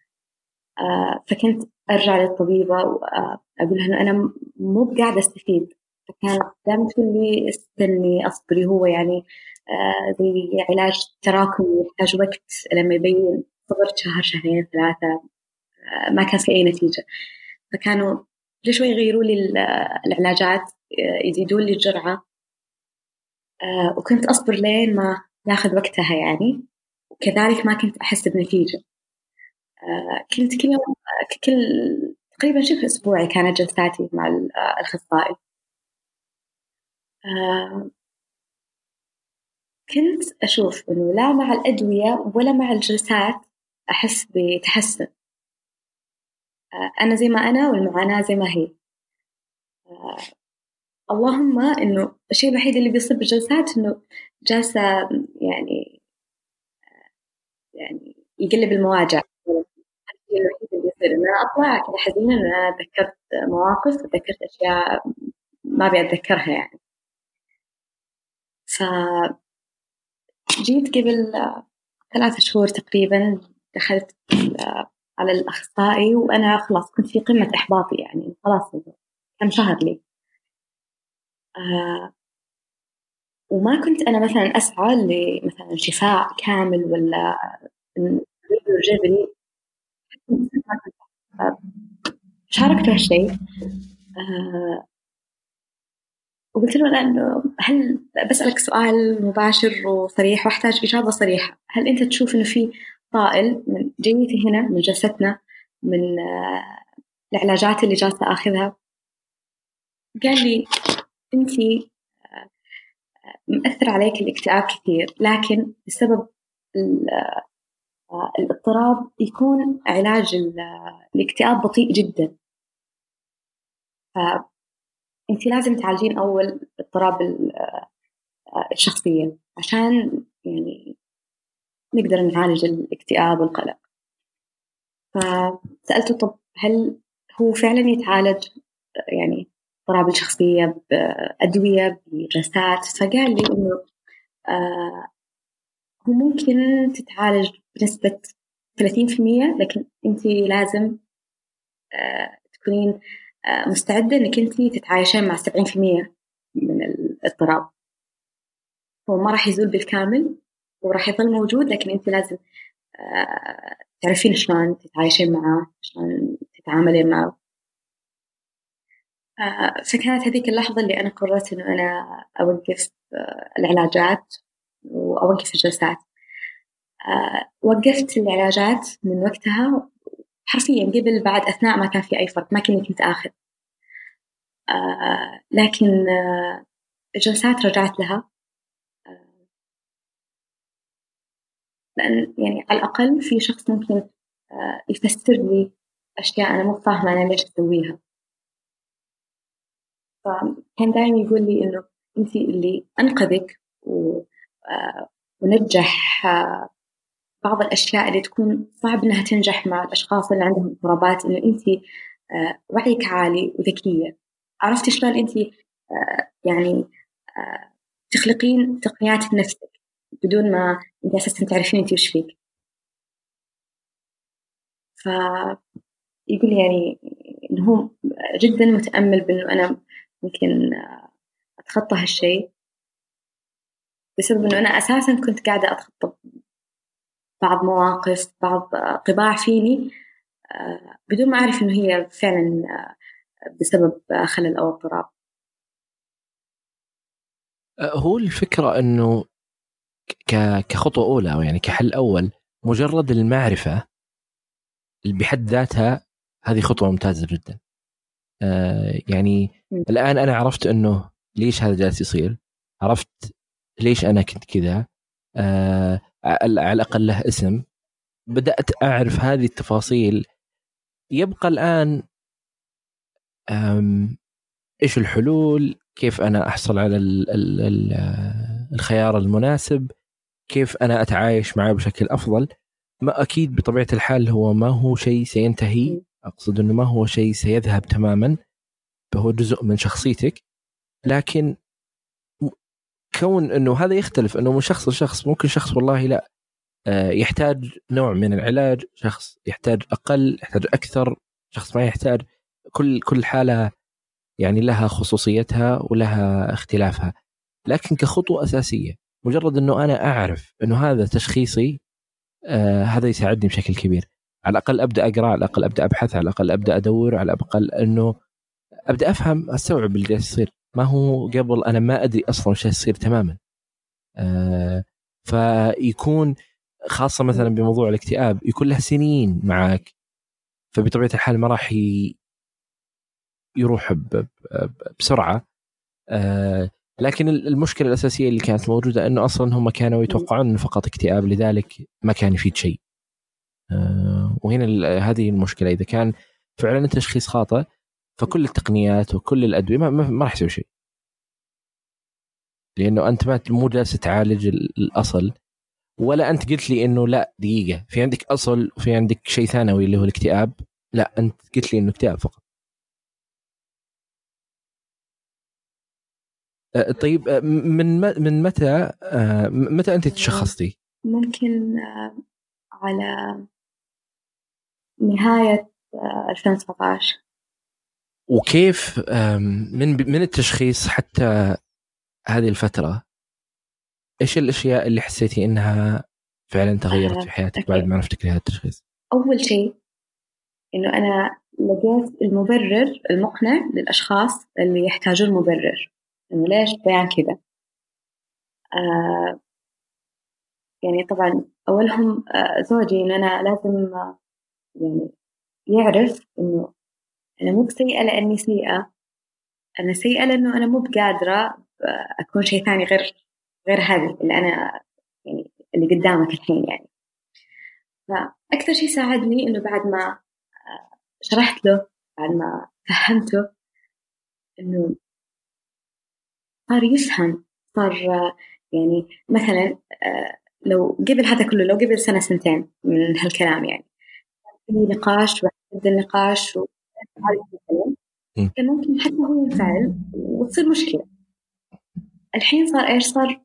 فكنت أرجع للطبيبة وأقول لها إنه أنا مو قاعدة أستفيد. فكانت دائما تقول لي استني أصبري، هو يعني زي علاج تراكمي يحتاج وقت لما يبين. صبرت شهر، شهرين، 3 ما كان في أي نتيجة. فكانوا كل شوي يغيروا لي العلاجات، يزيدون لي الجرعة، وكنت أصبر لين ما ياخذ وقتها يعني. وكذلك ما كنت أحس بنتيجة. كنت كل يوم، كل تقريبا شبه أسبوعي كانت جلساتي مع الأخصائي. كنت أشوف إنه لا مع الأدوية ولا مع الجلسات أحس بتحسن. أنا زي ما أنا والمعاناة زي ما هي. اللهم إنه الشيء الوحيد اللي بيصير بالجلسات إنه جالسة يعني يقلب المواجع. الشيء الوحيد اللي يصير إن أنا أطلع كذا حزينة، إن أنا تذكرت مواقف وتذكرت أشياء ما أبي أتذكرها يعني. فجيت قبل 3 شهور تقريبا، دخلت على الأخصائي وأنا خلاص كنت في قمة إحباطي يعني. خلاص كم شهر لي. وما كنت أنا مثلا أسعى لمثلا شفاء كامل ولا جذري. شاركت هالشيء. وقلت له إنه هل بسألك سؤال مباشر وصريح واحتاج إجابة صريحة، هل أنت تشوف إنه في طائل من جيتي هنا، من جلستنا، من العلاجات اللي جالسة آخذها؟ قال لي أنتي مؤثر عليك الاكتئاب كثير، لكن بسبب الاضطراب يكون علاج الاكتئاب بطيء جدا. فأنتي لازم تعالجين أول اضطراب الشخصية عشان يعني نقدر نعالج الاكتئاب والقلق. فسألته طب هل هو فعلا يتعالج يعني اضطراب الشخصية بأدوية بجلسات؟ فقال لي إنه هو ممكن تتعالج بنسبة 30%، لكن أنتي لازم تكونين مستعدة إنك أنتي تتعايشين مع 70% من الاضطراب. هو ما راح يزول بالكامل وراح يظل موجود، لكن أنتي لازم تعرفين شلون تتعايشين معاه، شلون تتعاملين معه. فكانت هذيك اللحظة اللي أنا قررت إنه أنا أوقف العلاجات وأوقف الجلسات. وقفت العلاجات من وقتها حرفيا قبل بعد أثناء ما كان في أي فرق، ما كنت آخذ. لكن الجلسات رجعت لها، لأن يعني على الأقل في شخص ممكن يفسر لي أشياء أنا مو فاهمة أنا ليش أسويها. فكان دائما يقول لي إنه أنتي اللي أنقذك ونجح بعض الأشياء اللي تكون صعب إنها تنجح مع الأشخاص اللي عندهم اضطرابات، إنه أنتي وعيك عالي وذكية، عرفتي شلون أنتي يعني تخلقين تقنيات لنفسك بدون ما أنت أساساً تعرفين أنتي وش فيك. فيقول يعني إنه هو جداً متأمل بإنه أنا ممكن أتخطى هالشيء، بسبب إنه أنا أساساً كنت قاعدة أتخطى بعض مواقف، بعض طباع فيني بدون ما أعرف إنه هي فعلاً بسبب خلل أو اضطراب. هو الفكرة إنه كخطوة أولى أو يعني كحل أول، مجرد المعرفة اللي بحد ذاتها هذه خطوة ممتازة جدا. يعني الآن أنا عرفت إنه ليش هذا جالس يصير، عرفت ليش أنا كنت كذا، على الأقل له اسم، بدأت أعرف هذه التفاصيل. يبقى الآن إيش الحلول؟ كيف أنا أحصل على الخيار المناسب، كيف أنا أتعايش معه بشكل أفضل. ما أكيد بطبيعة الحال هو ما هو شيء سينتهي، أقصد أنه ما هو شيء سيذهب تماما، فهو جزء من شخصيتك. لكن كون أنه هذا يختلف أنه من شخص لشخص. ممكن شخص والله لا يحتاج نوع من العلاج، شخص يحتاج أقل، يحتاج أكثر، شخص ما يحتاج. كل حالة يعني لها خصوصيتها ولها اختلافها. لكن كخطوة أساسية مجرد أنه أنا أعرف أنه هذا تشخيصي، هذا يساعدني بشكل كبير. على الأقل أبدأ أقرأ، على الأقل أبدأ أبحث، على الأقل أبدأ أدور، على الأقل أنه أبدأ أفهم، أستوعب اللي جالس يصير. ما هو قبل أنا ما أدري أصلا وش يصير تماما. فيكون خاصة مثلا بموضوع الاكتئاب يكون له سنين معك، فبطبيعة الحال ما راح يروح بسرعة. لكن المشكلة الأساسية اللي كانت موجودة أنه أصلا هم كانوا يتوقعون أنه فقط اكتئاب، لذلك ما كان يفيد شيء. وهنا هذه المشكلة. إذا كان فعلا التشخيص خاطئ فكل التقنيات وكل الأدوية ما راح يسوي شيء، لأنه أنت مو جالس تعالج الأصل. ولا أنت قلت لي أنه لا دقيقة، في عندك أصل وفي عندك شيء ثانوي اللي هو الاكتئاب. لا، أنت قلت لي أنه اكتئاب فقط. طيب، من متى أنت تشخصتي؟ ممكن على نهاية 2019. وكيف من التشخيص حتى هذه الفترة إيش الأشياء اللي حسيتي إنها فعلا تغيرت في حياتك بعد ما عرفتك لهذا التشخيص؟ أول شيء إنه أنا لقيت المبرر المقنع للأشخاص اللي يحتاجون مبرر، إنه ليش بيان كذا. يعني طبعا أولهم زوجي، إنه أنا لازم يعني يعرف إنه أنا مو سيئة لأني سيئة، أنا سيئة لأنه أنا مو بقادرة أكون شيء ثاني غير هذه اللي أنا يعني اللي قدامك الحين يعني. فأكثر شيء ساعدني إنه بعد ما شرحت له، بعد ما فهمته، إنه صار يفهم، صار يعني مثلا لو قبل هذا كله، لو قبل سنة سنتين من هالكلام يعني في نقاش وحد النقاش كان ممكن حتى هو ينفعل وتصير مشكلة. الحين صار إيش؟ صار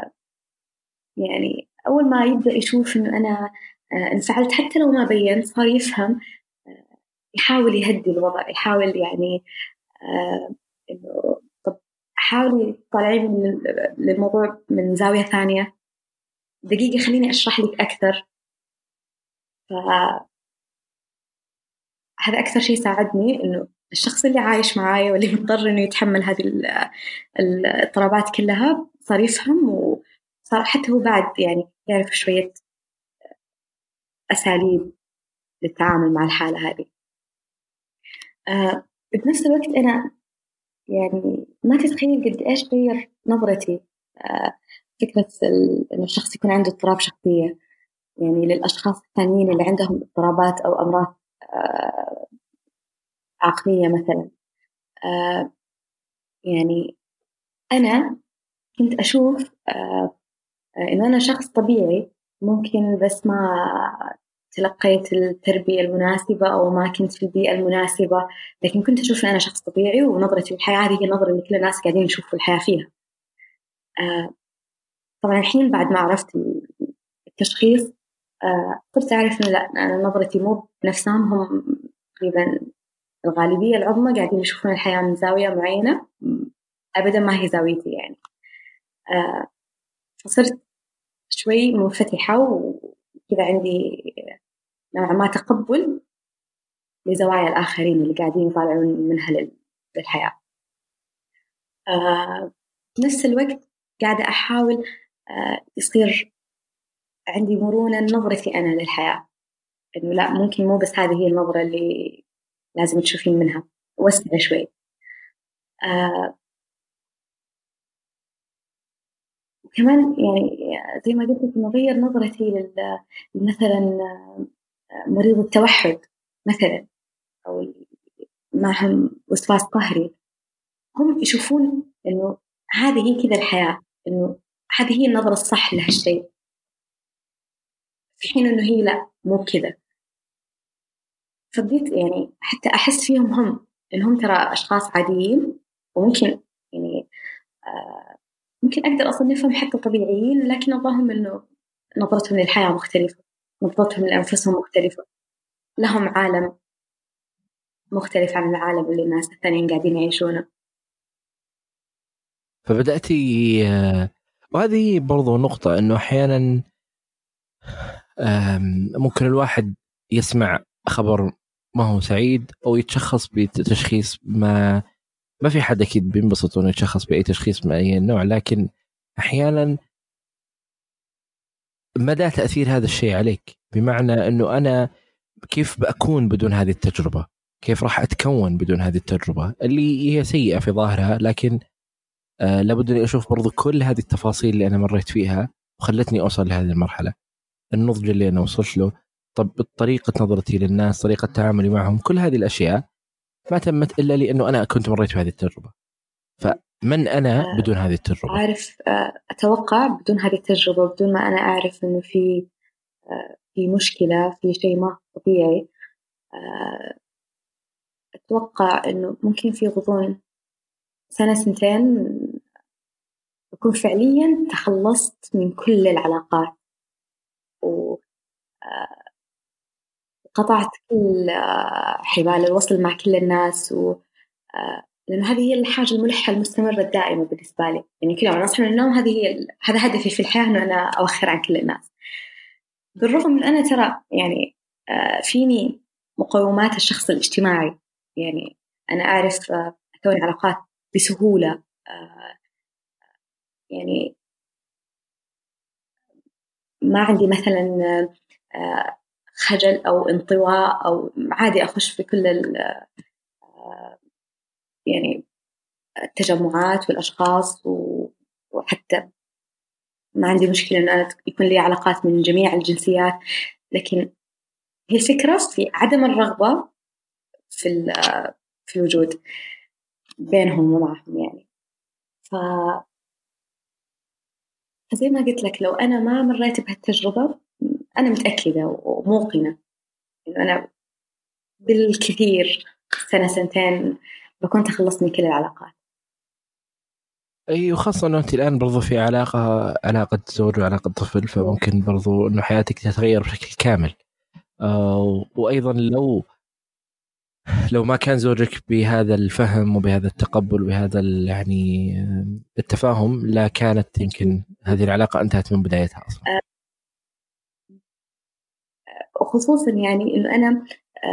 يعني أول ما يبدأ يشوف إنه أنا انفعلت حتى لو ما بين، صار يفهم، يحاول يهدي الوضع، يحاول يعني إنه طب حاولي تطلعي من الموضوع من زاوية ثانية، دقيقة خليني أشرح لك أكثر. فهذا أكثر شيء ساعدني، إنه الشخص اللي عايش معايا واللي مضطر إنه يتحمل هذه الاضطرابات كلها صار يفهم، وصار حتى هو بعد يعني يعرف شوية أساليب للتعامل مع الحالة هذه. بنفس الوقت أنا يعني ما تتخيل قد إيش غير نظرتي فكرة إنه الشخص يكون عنده اضطراب شخصية، يعني للأشخاص الثانيين اللي عندهم اضطرابات أو أمراض عقلية مثلا. يعني أنا كنت أشوف إنه أنا شخص طبيعي، ممكن بس ما تلقيت التربية المناسبة أو ما كنت في البيئة المناسبة، لكن كنت أشوف إن أنا شخص طبيعي ونظرتي للحياة هذه هي النظرة اللي كل الناس قاعدين يشوفوا الحياة فيها. طبعا الحين بعد ما عرفت التشخيص صرت أعرف إنه لا، أنا نظرتي مو بنفسهم، هم تقريبا الغالبية العظمى قاعدين يشوفون الحياة من زاوية معينة أبدا ما هي زاويتي يعني. فصرت شوي منفتحة وكذا عندي نوعا ما تقبل لزوايا الآخرين اللي قاعدين يطالعون منها للحياة. بنفس الوقت قاعدة أحاول يصير عندي مرونة نظرتي أنا للحياة، إنه لا، ممكن مو بس هذه هي النظرة اللي لازم تشوفين منها، وسع شوي. وكمان يعني زي ما قلت إنه غير نظرتي مثلا مريض التوحد مثلا، أو معهم وسواس قهري، هم يشوفون إنه هذه هي كذا الحياة، إنه هذه هي النظرة الصح لهالشيء، في حين إنه هي لا مو كذا. فبديت يعني حتى أحس فيهم هم إنهم ترى أشخاص عاديين، وممكن يعني ممكن أقدر أصلا نفهم حتى طبيعيين، لكن نظرهم إنه نظرتهم للحياة مختلفة، نظرتهم لأنفسهم مختلفة، لهم عالم مختلف عن العالم اللي الناس الثانيين قاعدين يعيشونه. فبدأتي وهذه برضو نقطة إنه أحيانا ممكن الواحد يسمع خبر ما هو سعيد أو يتشخص بتشخيص ما في حد أكيد بينبسط إنه يتشخص بأي تشخيص من أي نوع، لكن أحيانا مدى تأثير هذا الشيء عليك، بمعنى أنه أنا كيف بأكون بدون هذه التجربة، كيف راح أتكون بدون هذه التجربة اللي هي سيئة في ظاهرها، لكن لابد أن أشوف برضو كل هذه التفاصيل اللي أنا مريت فيها وخلتني أوصل لهذه المرحلة، النضج اللي أنا وصلت له، طب طريقة نظرتي للناس، طريقة تعاملي معهم، كل هذه الأشياء ما تمت إلا لأنه أنا كنت مريت بهذه التجربة. فمن أنا بدون هذه التجربة؟ أعرف أتوقع بدون هذه التجربة، بدون ما أنا أعرف إنه في مشكلة، في شيء ما طبيعي، أتوقع إنه ممكن في غضون سنة سنتين أكون فعليا تخلصت من كل العلاقات وقطعت كل حبال الوصل مع كل الناس، لأنه هذه هي الحاجة الملحة المستمرة الدائمة بالنسبة لي. يعني كل يوم أنا أصحى من النوم هذا هدفي في الحياة، إنه أنا أوخر عن كل الناس. بالرغم من أنا ترى يعني فيني مقومات الشخص الاجتماعي، يعني أنا أعرف أكون علاقات بسهولة، يعني ما عندي مثلا خجل أو انطواء، أو عادي أخش في كل يعني التجمعات والأشخاص، وحتى ما عندي مشكلة إن أنا يكون لي علاقات من جميع الجنسيات. لكن هي الفكرة في عدم الرغبة في الوجود بينهم ومعهم يعني. فزي ما قلت لك، لو أنا ما مريت بهالتجربة، أنا متأكدة وموقنة إنه أنا بالكثير سنة سنتين بكون تخلصت من كل العلاقات. أي، وخاصة أنه أنت الآن برضو في علاقة زوج وعلاقة طفل، فممكن برضو أنه حياتك تتغير بشكل كامل. وأيضا لو ما كان زوجك بهذا الفهم وبهذا التقبل وبهذا يعني التفاهم، لا كانت يمكن هذه العلاقة انتهت من بدايتها أصلا. وخصوصا يعني إنه أنا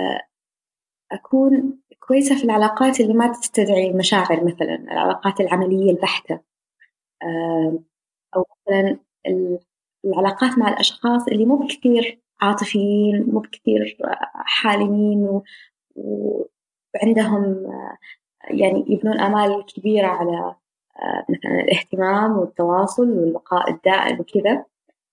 أكون كويسة في العلاقات اللي ما تستدعي مشاعر، مثلا العلاقات العملية البحتة، أو مثلا العلاقات مع الأشخاص اللي مو بكثير عاطفيين، مو بكثير حالمين، وعندهم يعني يبنون آمال كبيرة على مثلا الاهتمام والتواصل والبقاء الدائم وكذا.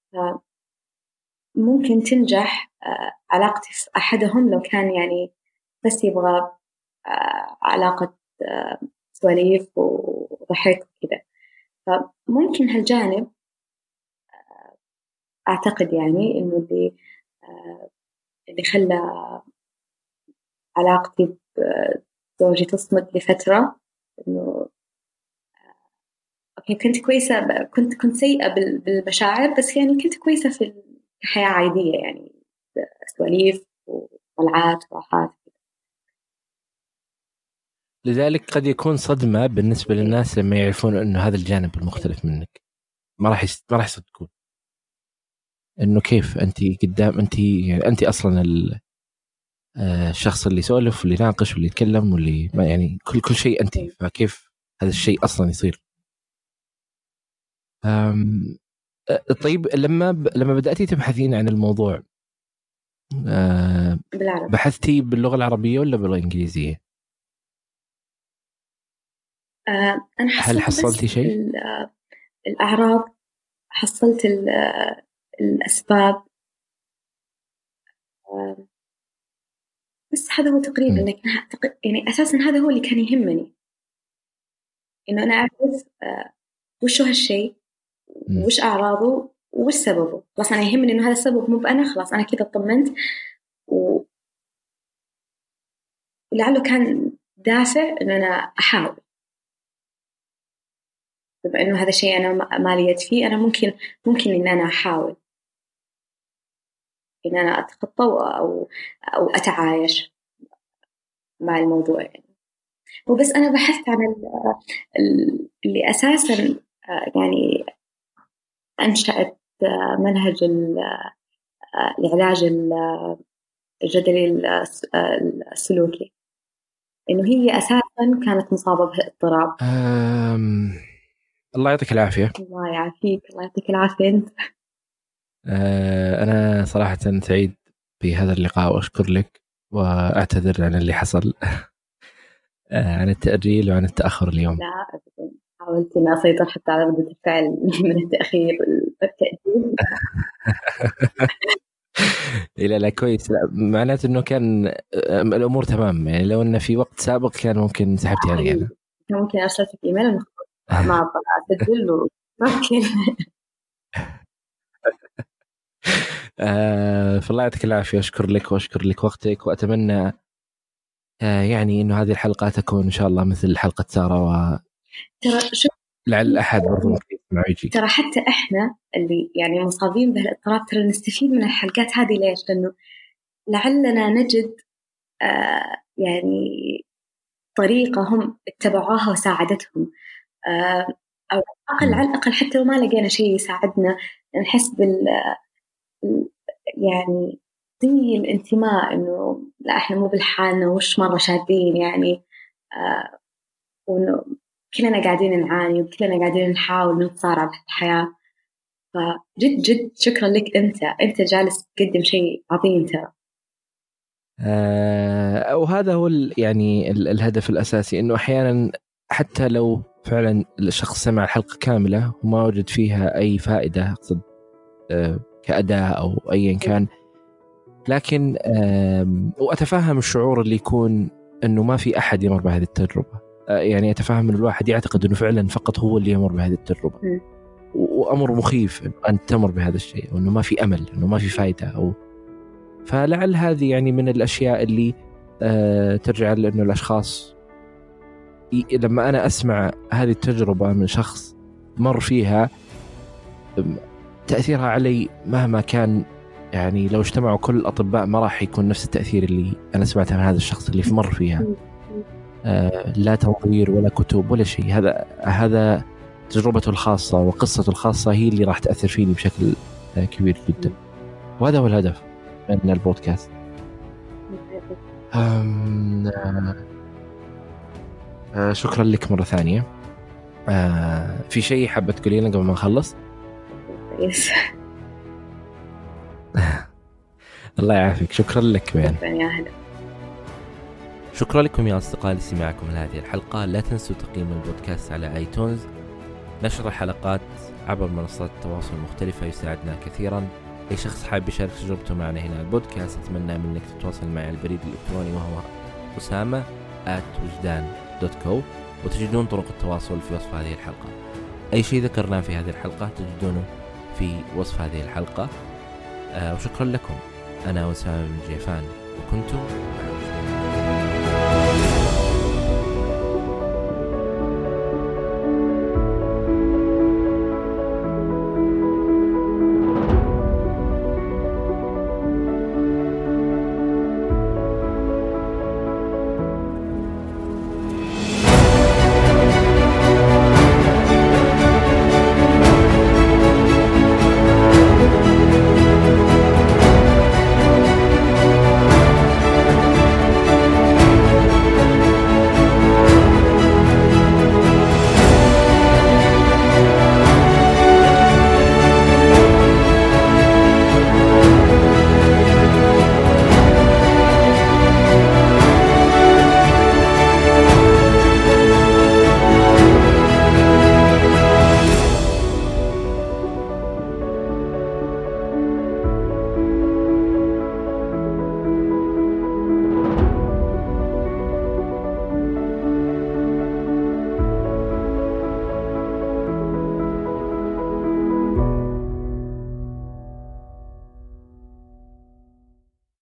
ممكن تنجح علاقتي في أحدهم لو كان يعني بس يبغى علاقة سواليف وضحك وكذا. فممكن هالجانب أعتقد يعني إنه اللي خلى علاقتي بزوجي تصمد لفترة، إنه أوكي كنت كويسة، كنت سيئة بالمشاعر، بس يعني كنت كويسة في الحياة عادية، يعني سواليف وطلعات وراحات. لذلك قد يكون صدمة بالنسبة للناس لما يعرفون أنه هذا الجانب المختلف منك، ما راح يصدقون أنه كيف أنت قدام، أنت أصلا الشخص اللي يسولف واللي يناقش واللي يتكلم واللي ما يعني كل شيء أنت، فكيف هذا الشيء أصلا يصير؟ طيب لما بدأتي تبحثين عن الموضوع، بالعربي. بحثتي باللغة العربية ولا باللغة الإنجليزية؟ أنا هل حصلت حصلتي بس شيء؟ الأعراض، حصلت الأسباب، بس هذا هو تقريبا. لكن يعني أساسا هذا هو اللي كان يهمني، إنه أنا أعرف وشو هالشيء، وش أعراضه وش سببه. خلاص أنا يهمني إنه هذا السبب مو بأنا، خلاص أنا كذا اطمنت، ولعله كان دافع إن أنا أحاول. بما إنه هذا الشيء أنا ما لي يد فيه، أنا ممكن إن أنا أحاول إن أنا أتخطى أو أتعايش مع الموضوع يعني. وبس أنا بحثت عن اللي أساساً يعني أنشأت منهج العلاج الجدلي السلوكي، إنه هي أساساً كانت مصابة باضطراب. الله يعطيك العافية. الله يعافيك، الله يعطيك العافية أنت. أنا صراحة سعيد بهذا اللقاء وأشكر لك وأعتذر عن اللي حصل عن التأجيل وعن التأخر اليوم. لا أبداً، حاولت أن أسيطر حتى على ردة الفعل من التأخير والتأجيل. لا كويس، لا معناته إنه كان الأمور تمام يعني. لو إنه في وقت سابق كان ممكن سحبتي علي أنا. كان ممكن أرسلتك إيميل ما أسجل ممكن. فالله يعطيك العافية، أشكر لك وأشكر لك وقتك، وأتمنى يعني إنه هذه الحلقة تكون إن شاء الله مثل حلقة سارة، و لعل أحد برضو مع يجي. ترى حتى إحنا اللي يعني مصابين بهالاضطراب ترى نستفيد من الحلقات هذه. ليش؟ لأنه لعلنا نجد يعني طريقة هم اتبعوها وساعدتهم، أو على الأقل حتى لو ما لقينا شيء يساعدنا نحس يعني زي الانتماء، إنه لا إحنا مو بالحالنا وش مرة شادين يعني، وإنه كلنا قاعدين نعاني وكلنا قاعدين نحاول نتصارع بهالحياة. فجد جد شكرا لك، أنت جالس تقدم شيء عظيم ترى. وهذا هو يعني الهدف الأساسي، إنه أحيانا حتى لو فعلا الشخص سمع الحلقة كاملة وما وجد فيها أي فائدة، أقصد كأداء أو أيا كان، لكن وأتفهم الشعور اللي يكون أنه ما في أحد يمر بهذه التجربة. يعني أتفهم أن الواحد يعتقد أنه فعلا فقط هو اللي يمر بهذه التجربة، وأمر مخيف أن تمر بهذا الشيء، وأنه ما في أمل، أنه ما في فائدة. فلعل هذه يعني من الأشياء اللي ترجع لأنه الأشخاص لما أنا أسمع هذه التجربة من شخص مر فيها، تأثيرها علي مهما كان يعني لو اجتمعوا كل الأطباء ما راح يكون نفس التأثير اللي أنا سمعته من هذا الشخص اللي مر فيها. لا تنظير ولا كتب ولا شيء، هذا تجربته الخاصة وقصته الخاصة هي اللي راح تأثر فيني بشكل كبير جدا. وهذا هو الهدف من البودكاست. شكرا لك مرة ثانية. في شيء حابة تقولي لنا قبل ما نخلص؟ الله يعافيك، شكرا لك بيان. شكرا لكم يا أصدقائي لسماعكم لهذه الحلقة. لا تنسوا تقييم البودكاست على آيتونز. نشر الحلقات عبر منصات التواصل المختلفة يساعدنا كثيرا. أي شخص حاب يشارك تجربته معنا هنا البودكاست أتمنى منك تتواصل معي على البريد الإلكتروني وهو usama@wujdan.co، وتجدون طرق التواصل في وصف هذه الحلقة. أي شيء ذكرناه في هذه الحلقة تجدونه في وصف هذه الحلقة. وشكرا لكم. أنا أسامة بن جيفان وكنتم